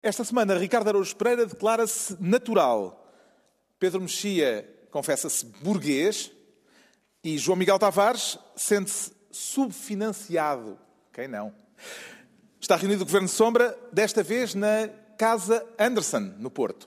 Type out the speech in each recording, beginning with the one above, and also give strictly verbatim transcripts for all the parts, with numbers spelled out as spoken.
Esta semana, Ricardo Araújo Pereira declara-se natural. Pedro Mexia confessa-se burguês. E João Miguel Tavares sente-se subfinanciado. Quem não? Está reunido o Governo Sombra, desta vez na Casa Anderson, no Porto.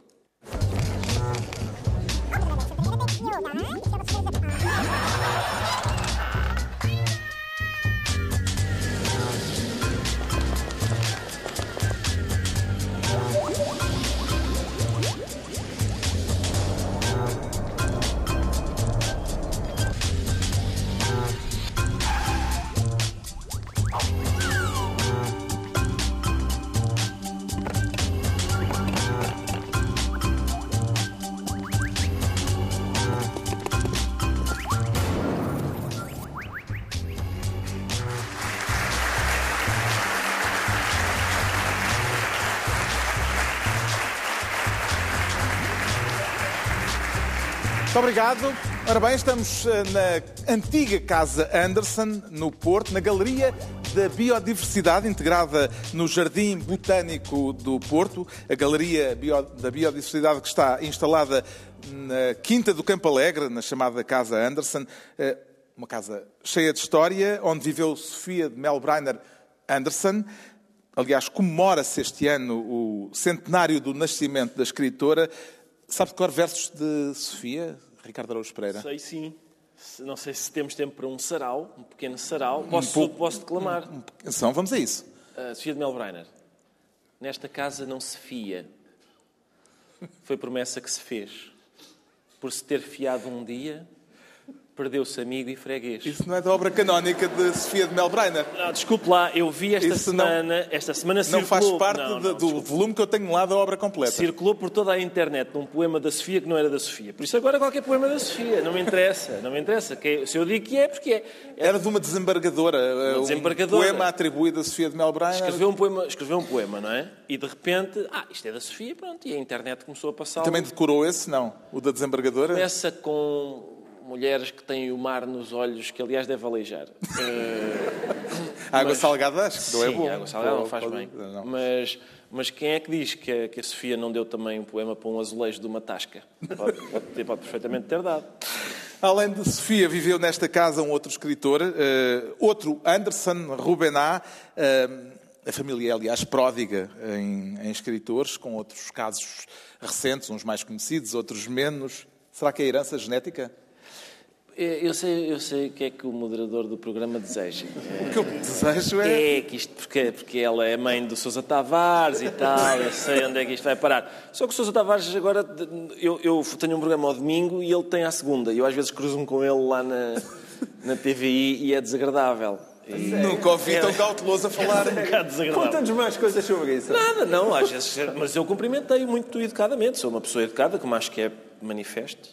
Muito obrigado. Ora bem, estamos na antiga Casa Anderson, no Porto, na Galeria da Biodiversidade, integrada no Jardim Botânico do Porto. A Galeria da Biodiversidade que está instalada na Quinta do Campo Alegre, na chamada Casa Anderson. Uma casa cheia de história, onde viveu Sofia de Melbrenner Anderson. Aliás, comemora-se este ano o centenário do nascimento da escritora. Sabe de cor versos de Sofia, Ricardo Araújo Pereira? Sei sim. Não sei se temos tempo para um sarau, um pequeno sarau. Posso, um posso declamar? Um, um, são, vamos a isso. Uh, Sofia de Melbrenner. Nesta casa não se fia. Foi promessa que se fez. Por se ter fiado um dia, perdeu-se amigo e freguês. Isso não é da obra canónica de Sofia de Melbrenner? Não, desculpe lá, eu vi esta Isso semana... Não, esta semana não circulou... faz parte não, de, não, do volume que eu tenho lá da obra completa. Circulou por toda a internet num poema da Sofia que não era da Sofia. Por isso agora qualquer poema da Sofia. Não me interessa, não me interessa. Que, se eu digo que é, porque é. é... Era de uma desembargadora. Uma desembargadora. Um poema atribuído a Sofia de Melbrenner. Escreveu um poema, escreveu um poema, não é? E de repente, ah, isto é da Sofia, pronto. E a internet começou a passar... Também decorou esse, não? O da desembargadora? Começa com... mulheres que têm o mar nos olhos, que aliás deve aleijar. uh, água mas, salgada, acho que não é bom. Sim, água salgada não faz pode, bem. Não. Mas, mas quem é que diz que a, que a Sofia não deu também um poema para um azulejo de uma tasca? Pode, pode, pode perfeitamente ter dado. Além de Sofia, viveu nesta casa um outro escritor, uh, outro Anderson, Rubená. Uh, a família é, aliás, pródiga em, em escritores, com outros casos recentes, uns mais conhecidos, outros menos. Será que é herança genética? Eu sei, eu sei o que é que o moderador do programa deseja. O que eu desejo é... É que isto, porque, porque ela é mãe do Sousa Tavares e tal, eu sei onde é que isto vai parar. Só que o Sousa Tavares agora... Eu, eu tenho um programa ao domingo e ele tem à segunda. E eu às vezes cruzo-me com ele lá na, na T V I e é desagradável. E... Nunca ouvi tão cauteloso a falar. É um Conta-nos mais coisas sobre isso. Nada, não, às vezes... Mas eu cumprimentei muito educadamente. Sou uma pessoa educada, como acho que é manifesto.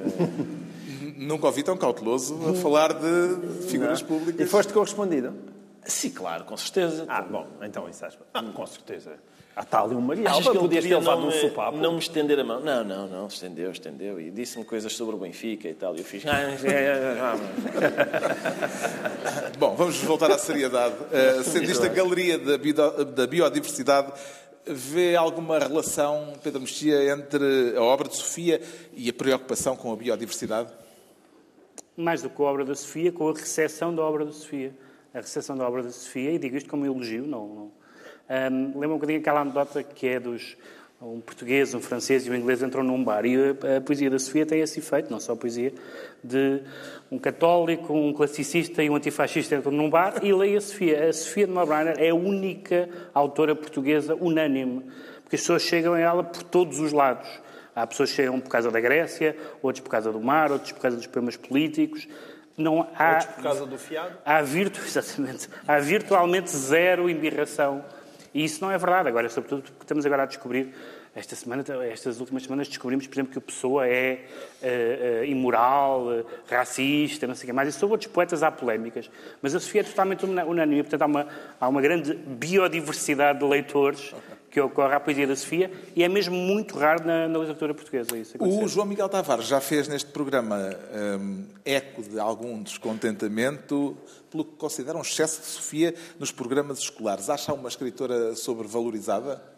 Nunca ouvi tão cauteloso a falar de figuras não. públicas. E foste correspondido? Sim, claro, com certeza. Ah, bom, então isso acho... Ah, com certeza. Ah, está ali um Marial. Achas que ele podias ter levado não um me, sopapo? Não me estender a mão. Não, não, não, estendeu, estendeu. E disse-me coisas sobre o Benfica e tal. E eu fiz... Bom, vamos voltar à seriedade. Uh, sendo isto a Galeria da, bio, da Biodiversidade, vê alguma relação, Pedro Mexia, entre a obra de Sofia e a preocupação com a biodiversidade? Mais do que a obra da Sofia, com a recepção da obra da Sofia. A recepção da obra da Sofia, e digo isto como elogio, não... não. Um, lembra um bocadinho aquela anedota que é dos... Um português, um francês e um inglês entram num bar e a, a poesia da Sofia tem esse efeito, não só a poesia, de um católico, um classicista e um antifascista entram num bar e leem a Sofia. A Sofia de Melbrenner é a única autora portuguesa unânime, porque as pessoas chegam a ela por todos os lados. Há pessoas que chegam por causa da Grécia, outros por causa do mar, outros por causa dos poemas políticos. Não há, outros por causa do fiado. Há, virtu, exatamente, há virtualmente zero embirração. E isso não é verdade. Agora, sobretudo, porque estamos agora a descobrir... Esta semana, estas últimas semanas descobrimos, por exemplo, que a Pessoa é uh, uh, imoral, uh, racista, não sei o que mais. E sobre outros poetas há polémicas. Mas a Sofia é totalmente unânime. Portanto, há uma, há uma grande biodiversidade de leitores que ocorre à poesia da Sofia e é mesmo muito raro na, na literatura portuguesa. Isso o João Miguel Tavares já fez neste programa um, eco de algum descontentamento pelo que considera um excesso de Sofia nos programas escolares. Acha uma escritora sobrevalorizada?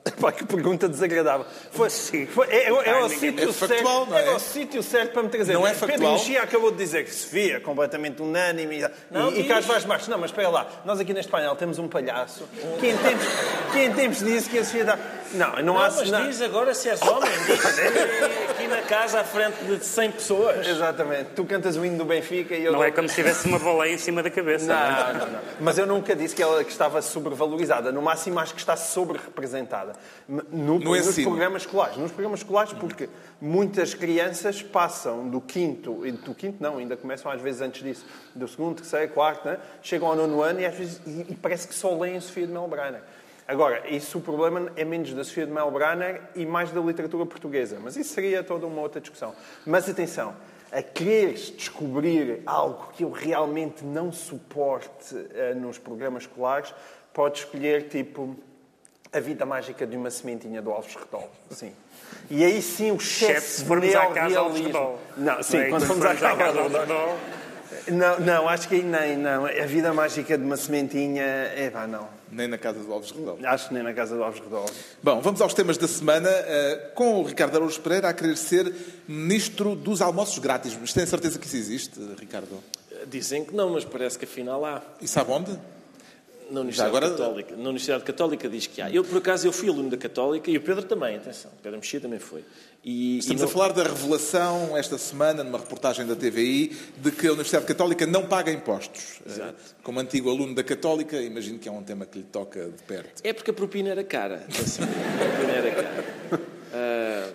Pá, que pergunta desagradável. Foi, Sim. foi, é, é, é o sítio É factual, certo, não é? é o sítio certo para me trazer. Não é Pedro factual? Mexia acabou de dizer que Sofia é completamente unânime e, Não, e, e diz. Carlos Vaz Marques. Não, mas espera lá. Nós aqui neste painel temos um palhaço que em tempos, que em tempos disse que a Sofia dá... Não, não, Não, há... mas não. diz agora se és homem. Diz aqui na casa à frente de cem pessoas. Exatamente. Tu cantas o hino do Benfica e eu... Não é como se tivesse uma baleia em cima da cabeça. Não, não, não. Mas eu nunca disse que ela que estava sobrevalorizada. No máximo, acho que está sobre-representada. No, No nos ensino. programas escolares. Nos programas escolares, porque muitas crianças passam do quinto... e Do quinto, não, ainda começam às vezes antes disso. Do segundo, terceiro, quarto, né? Chegam ao nono ano e, às vezes, e, e parece que só leem Sofia de Melbrenner. Agora, isso o problema é menos da Sofia de Melbrenner e mais da literatura portuguesa. Mas isso seria toda uma outra discussão. Mas atenção, a quereres descobrir algo que eu realmente não suporte uh, nos programas escolares, pode escolher, tipo, A Vida Mágica de uma Sementinha do Alves Redol. Sim. E aí sim o Exceto excesso se de formos à casa Alves neorrealismo. Redol. Não, sim, Não é? quando Quando formos à formos à casa casa Alves Alves Redol. Não, não, acho que aí nem, não. A Vida Mágica de uma Sementinha, é pá, não. Nem na casa do Alves Redol. Acho que nem na casa do Alves Redol. Bom, vamos aos temas da semana. Uh, com o Ricardo Araújo Pereira a querer ser ministro dos almoços grátis. Mas tem certeza que isso existe, Ricardo? Dizem que não, mas parece que afinal há. E sabe onde? Na Universidade agora- Católica. Na Universidade Católica diz que há. Eu, por acaso, eu fui aluno da Católica e o Pedro também, atenção. O Pedro Mexia também foi. E, Estamos e a não- falar da revelação, esta semana, numa reportagem da T V I, de que a Universidade Católica não paga impostos. Exato. Uh, Como antigo aluno da Católica, imagino que é um tema que lhe toca de perto. É porque a propina era cara. Atenção, a propina era cara. Ah,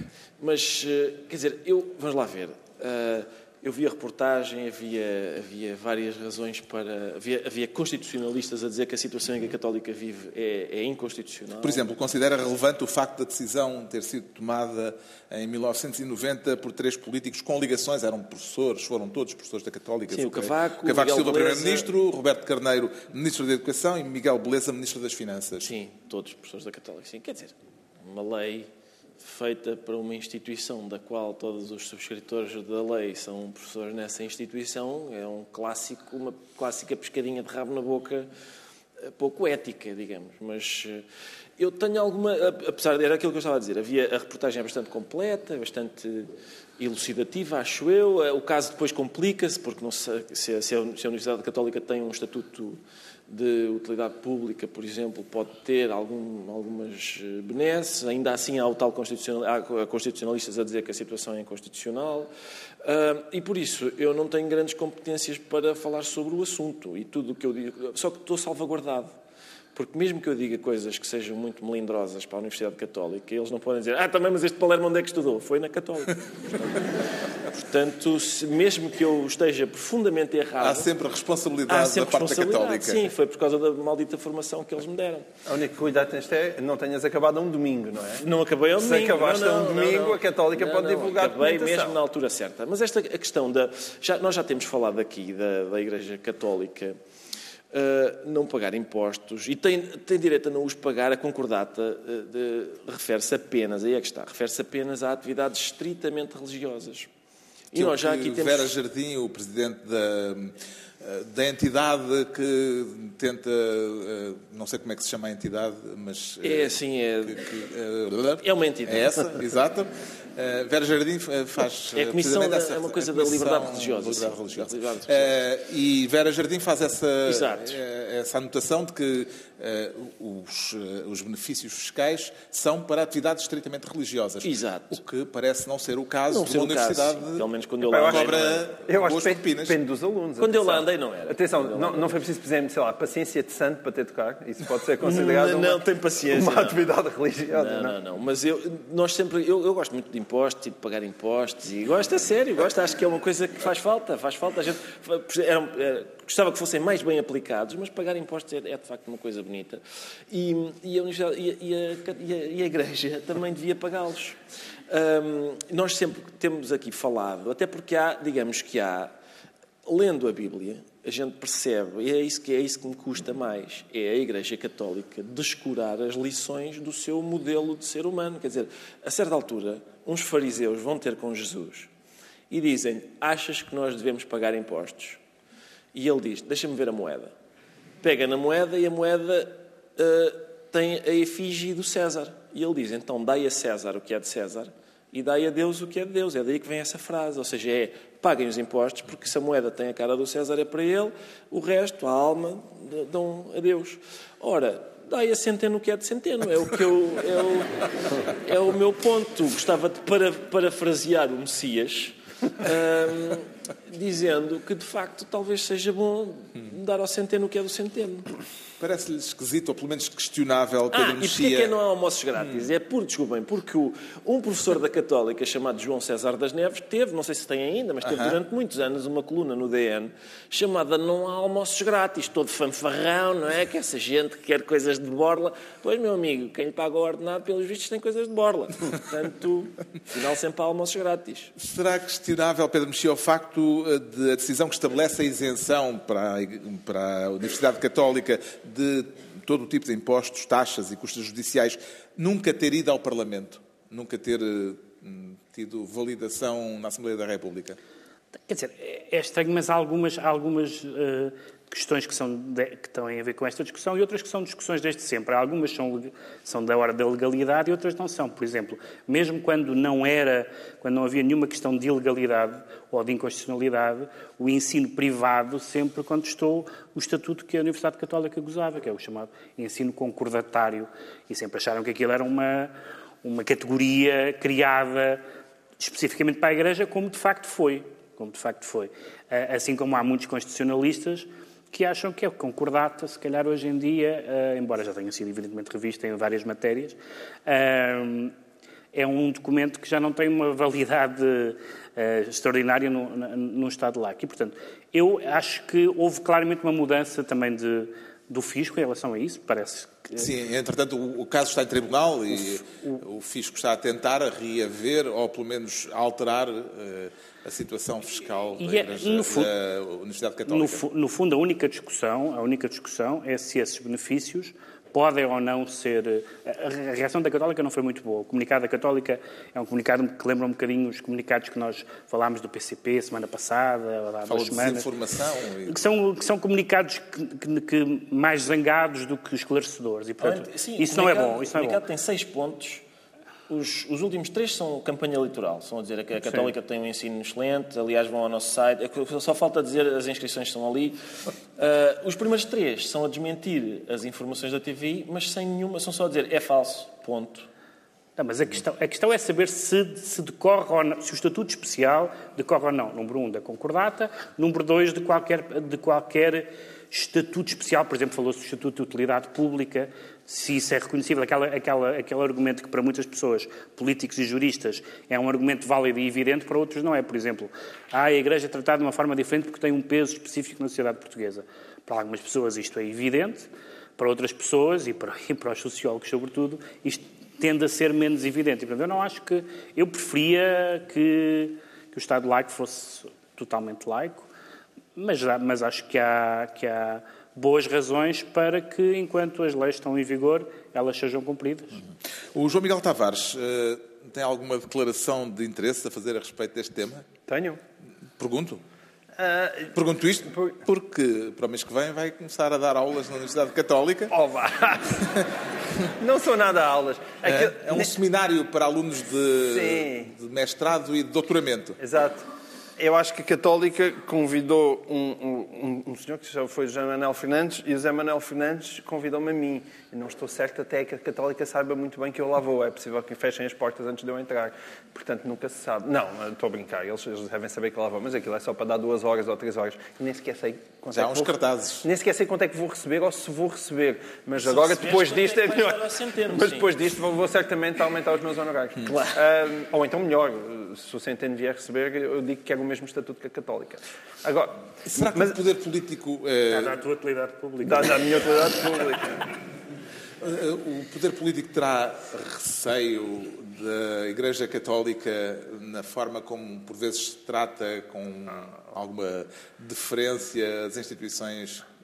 mas, eh, quer dizer, eu... Vamos lá ver. Ah, eu vi a reportagem, havia, havia várias razões para... Havia, havia constitucionalistas a dizer que a situação em que a Católica vive é, é inconstitucional. Por exemplo, considera relevante o facto da decisão ter sido tomada em mil novecentos e noventa por três políticos com ligações, eram professores, foram todos professores da Católica. Sim, o Cavaco, Cavaco Miguel Silva, Beleza. Primeiro-Ministro, Roberto Carneiro, Ministro da Educação e Miguel Beleza, Ministro das Finanças. Sim, todos professores da Católica. Sim, quer dizer, uma lei feita para uma instituição da qual todos os subscritores da lei são professores nessa instituição é um clássico, uma clássica pescadinha de rabo na boca, pouco ética, digamos. Mas eu tenho alguma... Apesar de... Era aquilo que eu estava a dizer. Havia, a reportagem é bastante completa, bastante elucidativa, acho eu. O caso depois complica-se, porque não sei se a, se a Universidade Católica tem um estatuto de utilidade pública, por exemplo, pode ter algum, algumas benesses. Ainda assim há o tal constitucional, há constitucionalistas a dizer que a situação é inconstitucional. Uh, e por isso eu não tenho grandes competências para falar sobre o assunto. E tudo o que eu digo... Só que estou salvaguardado. Porque mesmo que eu diga coisas que sejam muito melindrosas para a Universidade Católica, eles não podem dizer, ah, também, mas este Palermo onde é que estudou? Foi na Católica. Portanto, se, mesmo que eu esteja profundamente errado... Há sempre a há responsabilidade sempre da parte da responsabilidade. Católica. Sim, foi por causa da maldita formação que eles me deram. A única cuidado que tens é não tenhas acabado a um domingo, não é? Não acabei ao Se domingo. acabaste não, a um não, domingo, não, não. a Católica Não, pode não, divulgar a acabei documentação. mesmo na altura certa. Mas esta a questão da... Já, nós já temos falado aqui da, da Igreja Católica uh, não pagar impostos e tem, tem direito a não os pagar. A concordata uh, refere-se apenas, aí é que está, refere-se apenas a atividades estritamente religiosas. E Aquilo nós já que aqui temos... Vera Jardim, o presidente da, da entidade que tenta... Não sei como é que se chama a entidade, mas... É assim, é... que- que- É uma entidade. É essa, exato. Uh, Vera Jardim faz... É a comissão precisamente da- essa- é uma coisa a da comissão liberdade religiosa, da liberdade sim, religiosa. da liberdade religiosa. Uh, e Vera Jardim faz essa, Exato. uh, essa anotação de que uh, os, uh, os benefícios fiscais são para atividades estritamente religiosas. Exato. O que parece não ser o caso Não de ser uma o caso, universidade... sim. Pelo menos quando eu Epá, lá eu andei, acho- não era. Eu acho boas que depende, propinas. depende dos alunos. Quando eu lá atenção. andei, não era. Atenção, Quando eu lá não, andei. não foi preciso, por exemplo, sei lá, paciência de santo para ter de tocar. Isso pode ser considerado Não, uma, não, tem paciência, uma não. atividade religiosa. Não, Não, não, não. Mas eu, nós sempre, eu, eu gosto muito de impostos e de pagar impostos e gosto a sério, gosto, acho que é uma coisa que faz falta, faz falta. A gente era, era, gostava que fossem mais bem aplicados, mas pagar impostos é, é de facto uma coisa bonita. E, e, a, universidade, e, a, e, a, e a Igreja também devia pagá-los. Hum, nós sempre temos aqui falado, até porque há, digamos que há, lendo a Bíblia, a gente percebe, e é isso que, é isso que me custa mais, é a Igreja Católica descurar as lições do seu modelo de ser humano. Quer dizer, a certa altura, uns fariseus vão ter com Jesus e dizem, achas que nós devemos pagar impostos? E ele diz, deixa-me ver a moeda. Pega na moeda e a moeda uh, tem a efígie do César. E ele diz, então, dai a César o que é de César e dai a Deus o que é de Deus. É daí que vem essa frase. Ou seja, é, paguem os impostos, porque se a moeda tem a cara do César é para ele, o resto, a alma, dão a Deus. Ora, dai a centeno o que é de centeno. É o, que eu, é o, é o meu ponto. Gostava de para, parafrasear o Messias, hum, dizendo que, de facto, talvez seja bom dar ao centeno o que é do centeno. Parece-lhe esquisito, ou pelo menos questionável, Pedro Ah, Mexia... e porquê é que não há almoços grátis? Hum. É por, desculpem, porque o, um professor da Católica chamado João César das Neves teve, não sei se tem ainda, mas teve uh-huh. durante muitos anos uma coluna no D N chamada Não há almoços grátis, todo fanfarrão, não é? Que essa gente que quer coisas de borla. Pois, meu amigo, quem lhe paga o ordenado, pelos vistos, tem coisas de borla. Portanto, afinal, sempre há almoços grátis. Será questionável, Pedro Mexia, o facto de a decisão que estabelece a isenção para a, para a Universidade Católica de todo o tipo de impostos, taxas e custos judiciais, nunca ter ido ao Parlamento? Nunca ter uh, tido validação na Assembleia da República? Quer dizer, é estranho, mas há algumas, algumas uh, questões que, são de, que têm a ver com esta discussão e outras que são discussões desde sempre. Algumas são, são da hora da legalidade e outras não são. Por exemplo, mesmo quando não era, quando não havia nenhuma questão de ilegalidade ou de inconstitucionalidade, o ensino privado sempre contestou o estatuto que a Universidade Católica gozava, que é o chamado ensino concordatário, e sempre acharam que aquilo era uma, uma categoria criada especificamente para a Igreja, como de facto foi. como de facto foi. Assim como há muitos constitucionalistas que acham que é concordata, se calhar hoje em dia, embora já tenha sido evidentemente revista em várias matérias, é um documento que já não tem uma validade extraordinária no, no Estado laico. E, portanto, eu acho que houve claramente uma mudança também de, do Fisco em relação a isso, parece que... Sim, entretanto, o, o caso está em tribunal e o, o... o Fisco está a tentar reaver, ou pelo menos alterar... Uh... a situação fiscal da, Igreja, no fundo, da Universidade Católica. No, no fundo, a única discussão, a única discussão é se esses benefícios podem ou não ser... A reação da Católica não foi muito boa. O comunicado da Católica é um comunicado que lembra um bocadinho os comunicados que nós falámos do P C P semana passada, ou há Fala duas de semanas. Desinformação. E... Que são, que são comunicados que, que, que mais zangados do que esclarecedores. E, portanto, Sim, isso não é bom. Isso o comunicado é bom. tem seis pontos. Os, os últimos três são campanha eleitoral. São a dizer que a Católica Sim. tem um ensino excelente. Aliás, vão ao nosso site. Só falta dizer as inscrições estão ali. Uh, os primeiros três são a desmentir as informações da T V I, mas sem nenhuma... São só a dizer é falso, ponto. Não, mas a questão, a questão é saber se, se decorre ou não, se o Estatuto Especial decorre ou não. Número um, da concordata. Número dois, de qualquer, de qualquer Estatuto Especial. Por exemplo, falou-se do Estatuto de Utilidade Pública. Se isso é reconhecível, aquela, aquela, aquele argumento que para muitas pessoas, políticos e juristas, é um argumento válido e evidente, para outros não é. Por exemplo, ah, a Igreja é tratada de uma forma diferente porque tem um peso específico na sociedade portuguesa. Para algumas pessoas isto é evidente, para outras pessoas, e para, e para os sociólogos sobretudo, isto tende a ser menos evidente. E, portanto, eu não acho que... Eu preferia que, que o Estado laico fosse totalmente laico, mas, mas acho que há... Que há boas razões para que, enquanto as leis estão em vigor, elas sejam cumpridas. O João Miguel Tavares uh, tem alguma declaração de interesse a fazer a respeito deste tema? Tenho. Pergunto. Uh, Pergunto isto porque, para o mês que vem, vai começar a dar aulas na Universidade Católica. Oh, vá! Não são nada aulas. Aquilo... É, é um seminário para alunos de, de mestrado e de doutoramento. Exato. Eu acho que a Católica convidou um, um, um senhor que já foi o José Manuel Fernandes e o José Manuel Fernandes convidou-me a mim. Eu não estou certo até que a Católica saiba muito bem que eu lá vou. É possível que fechem as portas antes de eu entrar. Portanto, nunca se sabe. Não, estou a brincar. Eles, eles devem saber que lá vou. Mas aquilo é só para dar duas horas ou três horas. E nem sequer sei quanto já é há que uns vou... cartazes. Nem sequer sei quanto é que vou receber ou se vou receber. Mas se agora, depois disto... É melhor. Centeno, mas depois disto vou, vou certamente aumentar os meus honorários. Claro. Uh, ou então melhor. Se o Centeno vier receber, eu digo que é o mesmo estatuto que a Católica. Agora, será que mas... o poder político... É... Dá a tua utilidade pública. Dá, dá a minha utilidade pública. O poder político terá receio da Igreja Católica na forma como, por vezes, trata com alguma deferência as instituições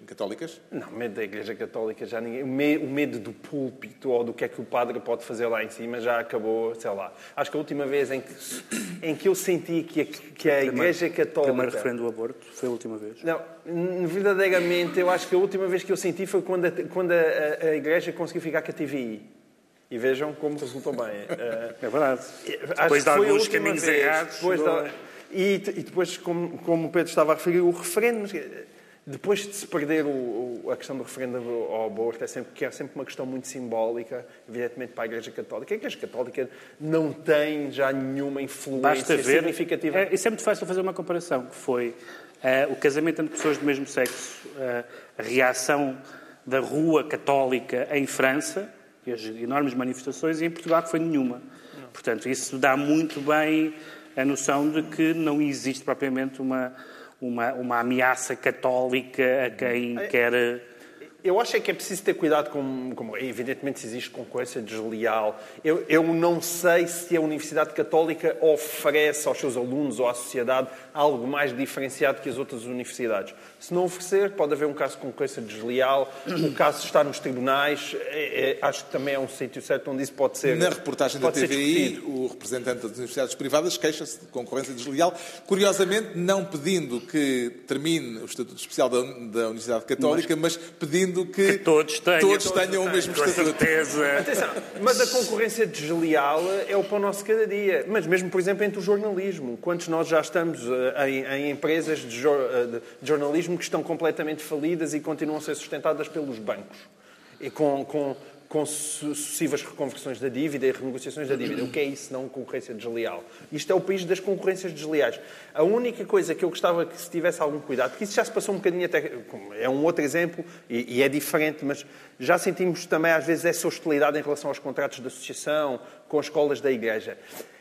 católicas? Não, medo da Igreja Católica já ninguém... O me- o medo do púlpito ou do que é que o padre pode fazer lá em cima já acabou, sei lá. Acho que a última vez em que, em que eu senti que a, que a Igreja Católica... O primeiro referendo do aborto foi a última vez. Não, verdadeiramente, eu acho que a última vez que eu senti foi quando a, quando a, a, a Igreja conseguiu ficar com a T V I. E vejam como resultou bem. É verdade. Acho Depois de que foi a alguns última caminhos vez, errados. depois não da- é? E, e depois, como, como o Pedro estava a referir, o referendo... mas, depois de se perder o, o, a questão do referendo ao aborto, é sempre, que é sempre uma questão muito simbólica, evidentemente, para a Igreja Católica. A Igreja Católica não tem já nenhuma influência Basta ver. significativa. É, isso é muito fácil fazer uma comparação, que foi eh, o casamento entre pessoas do mesmo sexo, eh, a reação da rua católica em França, e as enormes manifestações, e em Portugal que foi nenhuma. Não. Portanto, isso dá muito bem a noção de que não existe propriamente uma... Uma, uma ameaça católica a quem quer... Eu acho é que é preciso ter cuidado com... com evidentemente, se existe concorrência desleal. Eu, eu não sei se a Universidade Católica oferece aos seus alunos ou à sociedade algo mais diferenciado que as outras universidades. Se não oferecer, pode haver um caso de concorrência desleal. O caso está nos tribunais. É, é, acho que também é um sítio certo onde isso pode ser... Na reportagem da T V I, o representante das universidades privadas queixa-se de concorrência desleal, curiosamente não pedindo que termine o Estatuto Especial da, da Universidade Católica, mas, mas pedindo que, que todos tenham, todos tenham o mesmo com estatuto. certeza. Atenção, mas a concorrência desleal é o pão nosso cada dia. Mas mesmo, por exemplo, entre o jornalismo. Quantos nós já estamos em, em empresas de, jor, de jornalismo que estão completamente falidas e continuam a ser sustentadas pelos bancos. E com... com com sucessivas reconversões da dívida e renegociações da dívida. O que é isso, senão concorrência desleal? Isto é o país das concorrências desleais. A única coisa que eu gostava que se tivesse algum cuidado, porque isso já se passou um bocadinho até... É um outro exemplo e, e é diferente, mas já sentimos também às vezes essa hostilidade em relação aos contratos de associação, com as escolas da Igreja.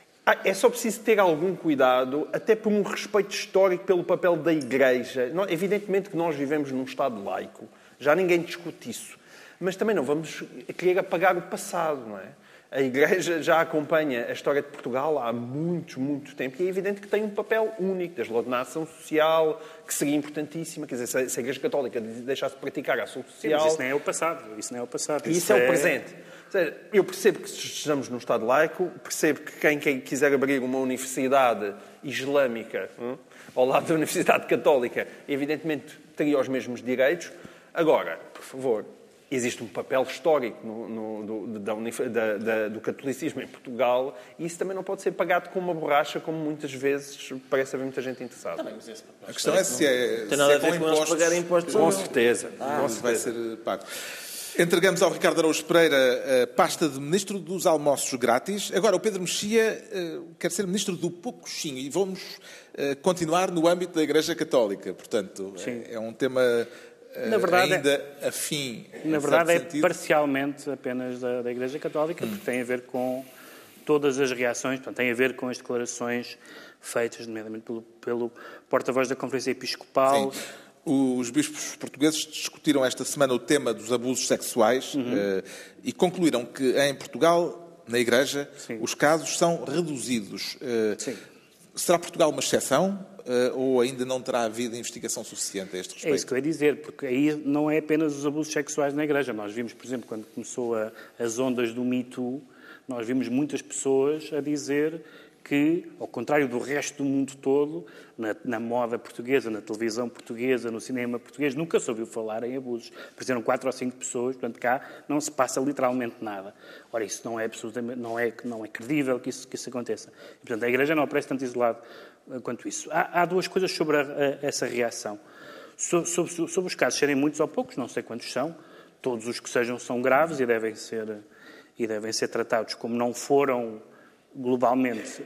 É só preciso ter algum cuidado, até por um respeito histórico pelo papel da Igreja. Evidentemente que nós vivemos num Estado laico. Já ninguém discute isso. Mas também não vamos querer apagar o passado, não é? A Igreja já acompanha a história de Portugal há muito, muito tempo e é evidente que tem um papel único, desde logo na ação social, que seria importantíssima. Quer dizer, se a Igreja Católica deixasse de praticar a ação social... Sim, mas isso nem é o passado. Isso não é o passado. Isso, isso é, é o presente. Ou seja, eu percebo que estamos num Estado laico, percebo que quem, quem quiser abrir uma universidade islâmica hum, ao lado da Universidade Católica, evidentemente teria os mesmos direitos. Agora, por favor... Existe um papel histórico no, no, do, da, da, da, do catolicismo em Portugal e isso também não pode ser pagado com uma borracha, como muitas vezes parece haver muita gente interessada. Também, mas esse papel A questão é se é, tem nada se é a ver com com eles impostos. pagarem impostos ou Com não. certeza. Ah, com vai certeza. ser pago. Entregamos ao Ricardo Araújo Pereira a pasta de Ministro dos Almoços Grátis. Agora, o Pedro Mexia uh, quer ser Ministro do Pouco Coxinho e vamos uh, continuar no âmbito da Igreja Católica. Portanto, é, é um tema... Na verdade, ainda é, afim. Na verdade, é sentido. parcialmente apenas da, da Igreja Católica, porque tem a ver com todas as reações, portanto, tem a ver com as declarações feitas, nomeadamente pelo, pelo porta-voz da Conferência Episcopal. Sim. Os bispos portugueses discutiram esta semana o tema dos abusos sexuais uhum. uh, e concluíram que em Portugal, na Igreja, Sim. os casos são reduzidos. Uh, Sim. Será Portugal uma exceção? Uh, ou ainda não terá havido investigação suficiente a este respeito? É isso que eu ia dizer, porque aí não é apenas os abusos sexuais na Igreja. Nós vimos, por exemplo, quando começou a, as ondas do Me Too, nós vimos muitas pessoas a dizer que, ao contrário do resto do mundo todo, na, na moda portuguesa, na televisão portuguesa, no cinema português, nunca se ouviu falar em abusos. Apareceram quatro ou cinco pessoas, portanto cá não se passa literalmente nada. Ora, isso não é absolutamente, não é, não é credível que isso, que isso aconteça. E, portanto, a Igreja não aparece tanto isolado quanto isso. Há, há duas coisas sobre a, a, essa reação. So, sobre, sobre os casos serem muitos ou poucos, não sei quantos são, todos os que sejam são graves e devem ser, e devem ser tratados como não foram globalmente,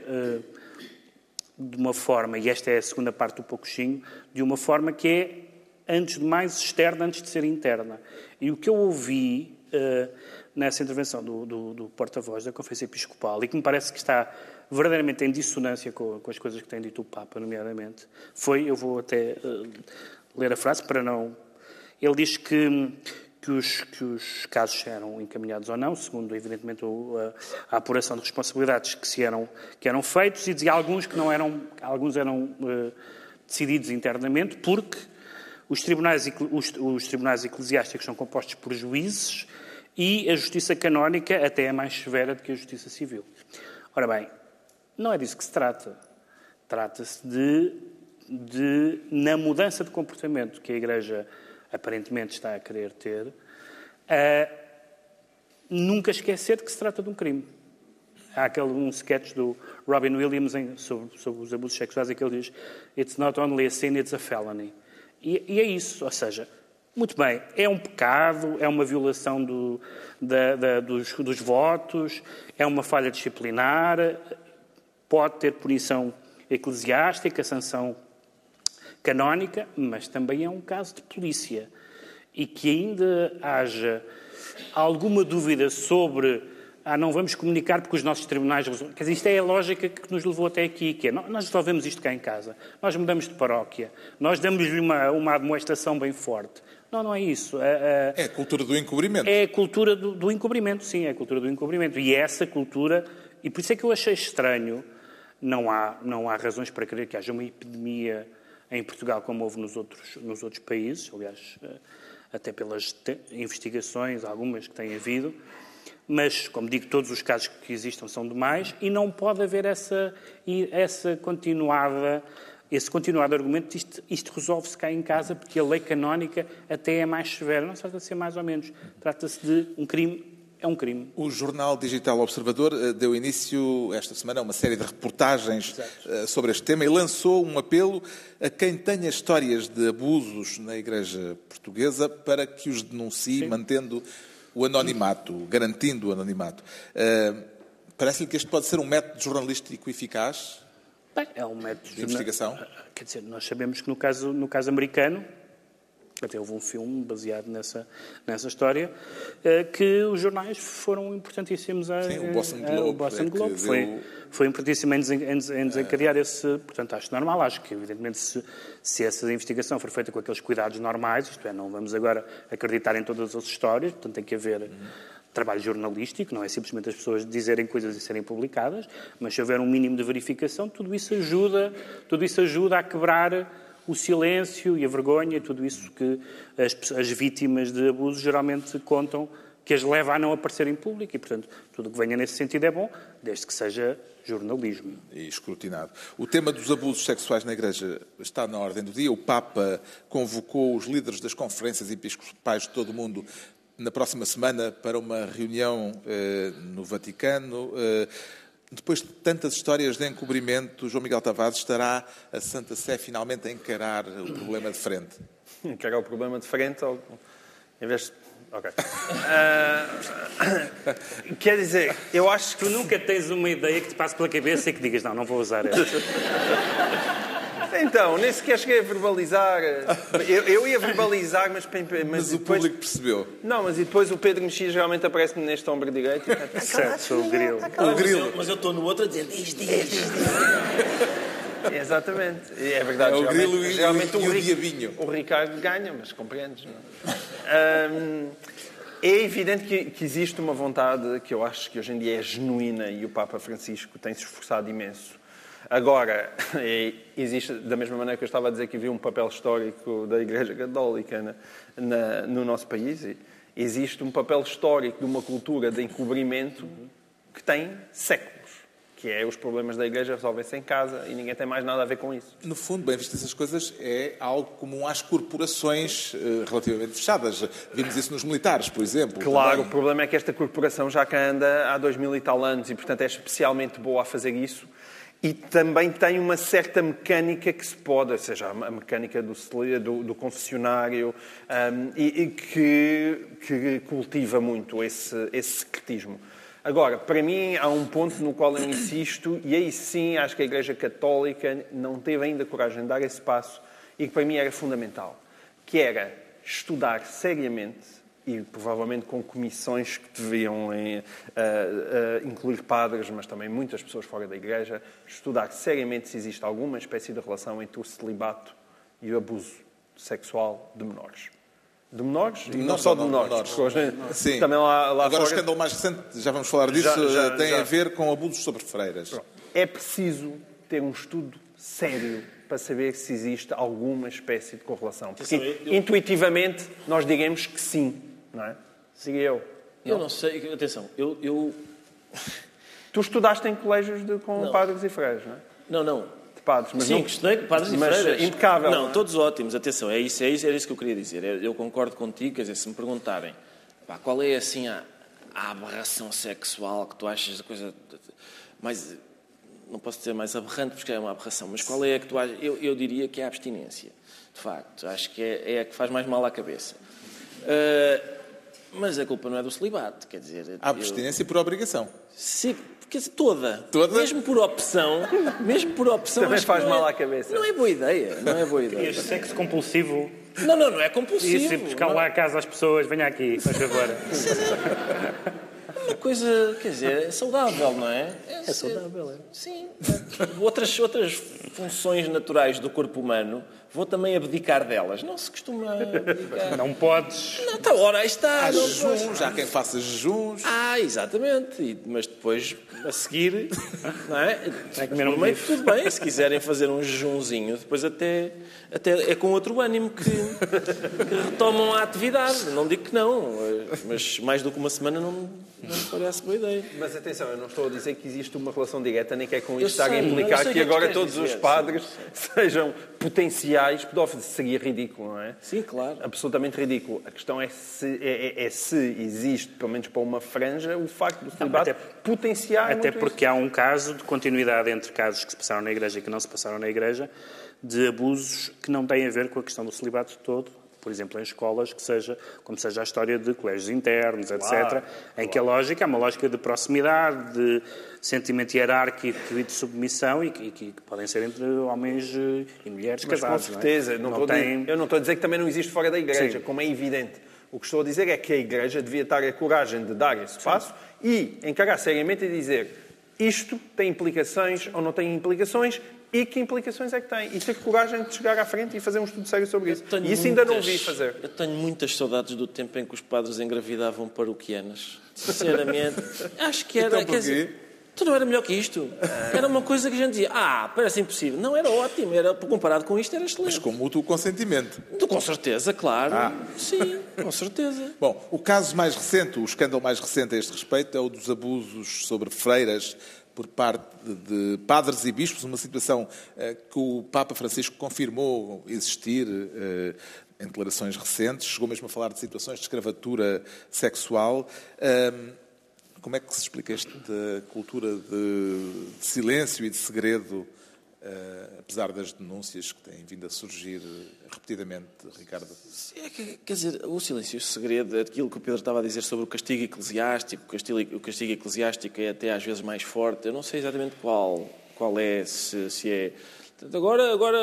de uma forma, e esta é a segunda parte do pouquinho, de uma forma que é, antes de mais, externa, antes de ser interna. E o que eu ouvi nessa intervenção do, do, do porta-voz da Conferência Episcopal, e que me parece que está verdadeiramente em dissonância com, com as coisas que tem dito o Papa, nomeadamente, foi, eu vou até uh, ler a frase para não... Ele diz que, que, os, que os casos eram encaminhados ou não, segundo, evidentemente, o, a, a apuração de responsabilidades que, se eram, que eram feitos, e dizia alguns que não eram... Alguns eram uh, decididos internamente, porque Os tribunais, os, os tribunais eclesiásticos são compostos por juízes e a justiça canónica até é mais severa do que a justiça civil. Ora bem, não é disso que se trata. Trata-se de, de, na mudança de comportamento que a Igreja aparentemente está a querer ter, a nunca esquecer de que se trata de um crime. Há aquele um sketch do Robin Williams em, sobre, sobre os abusos sexuais em que ele diz "It's not only a sin, it's a felony". E, e é isso, ou seja, muito bem, é um pecado, é uma violação do, da, da, dos, dos votos, é uma falha disciplinar, pode ter punição eclesiástica, sanção canónica, mas também é um caso de polícia. E que ainda haja alguma dúvida sobre ah, não vamos comunicar porque os nossos tribunais... Quer dizer, isto é a lógica que nos levou até aqui, que é, nós resolvemos isto cá em casa, nós mudamos de paróquia, nós damos-lhe uma, uma admoestação bem forte. Não, não é isso. É, é a cultura do encobrimento. É a cultura do, do encobrimento, sim, é a cultura do encobrimento. E essa cultura... E por isso é que eu achei estranho, não há, não há razões para crer que haja uma epidemia em Portugal como houve nos outros, nos outros países, aliás, até pelas investigações, algumas que têm havido, mas, como digo, todos os casos que existam são demais e não pode haver essa, essa continuada, esse continuado argumento de isto, isto resolve-se cá em casa porque a lei canónica até é mais severa. Não se trata de ser mais ou menos. Trata-se de um crime, é um crime. O jornal digital Observador deu início esta semana a uma série de reportagens Exato. sobre este tema e lançou um apelo a quem tenha histórias de abusos na Igreja Portuguesa para que os denuncie, Sim. mantendo o anonimato, garantindo o anonimato. Uh, Parece-lhe que este pode ser um método jornalístico eficaz? Bem, é um método de investigação? Quer dizer, nós sabemos que no caso, no caso americano, até houve um filme baseado nessa, nessa história, que os jornais foram importantíssimos a... Sim, o Boston Globe. A, o Boston é Globe foi, deu... foi importantíssimo em, em, em desencadear é. esse... Portanto, acho normal, acho que, evidentemente, se, se essa investigação for feita com aqueles cuidados normais, isto é, não vamos agora acreditar em todas as histórias, portanto, tem que haver... Uhum. trabalho jornalístico, não é simplesmente as pessoas dizerem coisas e serem publicadas, mas se houver um mínimo de verificação, tudo isso ajuda, tudo isso ajuda a quebrar o silêncio e a vergonha, tudo isso que as, as vítimas de abuso geralmente contam, que as leva a não aparecer em público e, portanto, tudo o que venha nesse sentido é bom, desde que seja jornalismo. E escrutinado. O tema dos abusos sexuais na Igreja está na ordem do dia. O Papa convocou os líderes das conferências episcopais de todo o mundo na próxima semana para uma reunião eh, no Vaticano. Eh, depois de tantas histórias de encobrimento, João Miguel Tavares, estará a Santa Sé finalmente a encarar o problema de frente? Encarar o problema de frente ou... em vez de... Ok. Uh... Quer dizer, eu acho que... Tu nunca tens uma ideia que te passe pela cabeça e que digas, não, não vou usar essa. Então, nem sequer cheguei a verbalizar. Eu, eu ia verbalizar, mas... Mas, mas depois... o público percebeu. Não, mas e depois o Pedro Mexias realmente aparece-me neste ombro direito. E... certo, sou o grilo. O grilo. Mas eu estou no outro a dizer, diz, diz, diz. Exatamente. É verdade. É o grilo e, geralmente e, e o, o diabinho. O Ricardo ganha, mas compreendes, não é? Um, é evidente que, que existe uma vontade que eu acho que hoje em dia é genuína e o Papa Francisco tem se esforçado imenso. Agora, é, existe, da mesma maneira que eu estava a dizer que havia um papel histórico da Igreja Católica na, na, no nosso país, existe um papel histórico de uma cultura de encobrimento que tem séculos, que é os problemas da Igreja resolvem-se em casa e ninguém tem mais nada a ver com isso. No fundo, bem vistas essas coisas, é algo comum às corporações uh, relativamente fechadas. Vimos isso nos militares, por exemplo. Claro, também. O problema é que esta corporação já cá anda há dois mil e tal anos e, portanto, é especialmente boa a fazer isso. E também tem uma certa mecânica que se pode, ou seja, a mecânica do, do, do confessionário, um, e, e que, que cultiva muito esse, esse secretismo. Agora, para mim, há um ponto no qual eu insisto, e aí sim acho que a Igreja Católica não teve ainda coragem de dar esse passo, e que para mim era fundamental, que era estudar seriamente, e provavelmente com comissões que deveriam em, uh, uh, incluir padres, mas também muitas pessoas fora da Igreja, estudar seriamente se existe alguma espécie de relação entre o celibato e o abuso sexual de menores. De menores? De e menores, não só de não, menores. menores. Hoje, Sim. Também lá, lá Agora fora... o escândalo mais recente, já vamos falar disso, já, já, tem já. a ver com abusos sobre freiras. É preciso ter um estudo sério para saber se existe alguma espécie de correlação. Porque Atenção, eu- intuitivamente nós digamos que sim, não é? Siga eu. Eu não sei, atenção, eu... eu... Tu estudaste em colégios de, com Não. padres e freiras, não é? Não, não. De padres, mas Sim, não... que estudei com padres e mas freiras. impecável, Não, não é? todos ótimos. Atenção, é isso, é isso, era isso que eu queria dizer. Eu concordo contigo, quer dizer, se me perguntarem pá, qual é, assim, a, a aberração sexual que tu achas a coisa mais... Não posso dizer mais aberrante, porque é uma aberração, mas qual é a que tu achas? Eu, eu diria que é a abstinência. De facto, acho que é, é a que faz mais mal à cabeça. Uh, mas a culpa não é do celibato, quer dizer... A abstinência por obrigação. Sim, quer dizer, toda. Toda? Mesmo por opção, mesmo por opção... Também acho que faz não mal é- à cabeça. Não é boa ideia, não é boa ideia. Este sexo compulsivo, Não, não, não é compulsivo. isso, buscar não lá a casa às pessoas, venha aqui, faz favor. é uma coisa, quer dizer, é saudável, não é? É, saudável, é. Sim. Outras, outras funções naturais do corpo humano, vou também abdicar delas. Não se costuma abdicar. Não podes. Não, tá, ora, aí está. Há não jejuns, há quem faça jejuns. Ah, exatamente. E- mas depois, a seguir, não é? Vai comer um No meio, bife. tudo bem, se quiserem fazer um jejunzinho, depois até, até é com outro ânimo que, que retomam a atividade. Não digo que não, mas mais do que uma semana não, não me parece boa ideia. Mas atenção, eu não estou a dizer que existe uma relação direta, nem que é com Eu isto estar a sei, eu implicar sei o que que é que agora tu todos queres os dizer, padres sejam potenciais pedófilos. Seria ridículo, não é? Sim, claro. Absolutamente ridículo. A questão é se, é, é- é se existe, pelo menos para uma franja, o facto do celibato até- potenciar Até muito porque há um caso de continuidade entre casos que se passaram na Igreja e que não se passaram na Igreja, de abusos que não têm a ver com a questão do celibato todo, por exemplo, em escolas, que seja, como seja a história de colégios internos, etcétera, em que a lógica é uma lógica de proximidade, de sentimento hierárquico e de submissão e que, e que podem ser entre homens eh, e mulheres Mas com casados. não é? certeza. Não estou a dizer- tem... Eu não estou a dizer que também não existe fora da Igreja, Sim. como é evidente. O que estou a dizer é que a Igreja devia estar a coragem de dar esse passo e encarar seriamente e dizer isto tem implicações ou não tem implicações e que implicações é que tem. E ter coragem de chegar à frente e fazer um estudo sério sobre isso. Tenho E isso ainda não muitas- vi fazer. Eu tenho muitas saudades do tempo em que os padres engravidavam paroquianas. Sinceramente, acho que era. Então quer porquê? dizer, tu não era melhor que isto. Era uma coisa que a gente dizia, ah, parece impossível. Não, era ótimo. Era, comparado com isto, era Mas excelente. com mútuo consentimento. Com certeza, claro. Ah. Sim, com certeza. Bom, o caso mais recente, o escândalo mais recente a este respeito é o dos abusos sobre freiras por parte de padres e bispos, uma situação eh, que o Papa Francisco confirmou existir eh, em declarações recentes, chegou mesmo a falar de situações de escravatura sexual. Ahm, como é que se explica esta cultura de, de silêncio e de segredo, eh, apesar das denúncias que têm vindo a surgir repetidamente, Ricardo? É que, quer dizer, o silêncio e o segredo, aquilo que o Pedro estava a dizer sobre o castigo eclesiástico, o castigo, o castigo eclesiástico é até às vezes mais forte. Eu não sei exatamente qual, qual é, se, se é... Agora, agora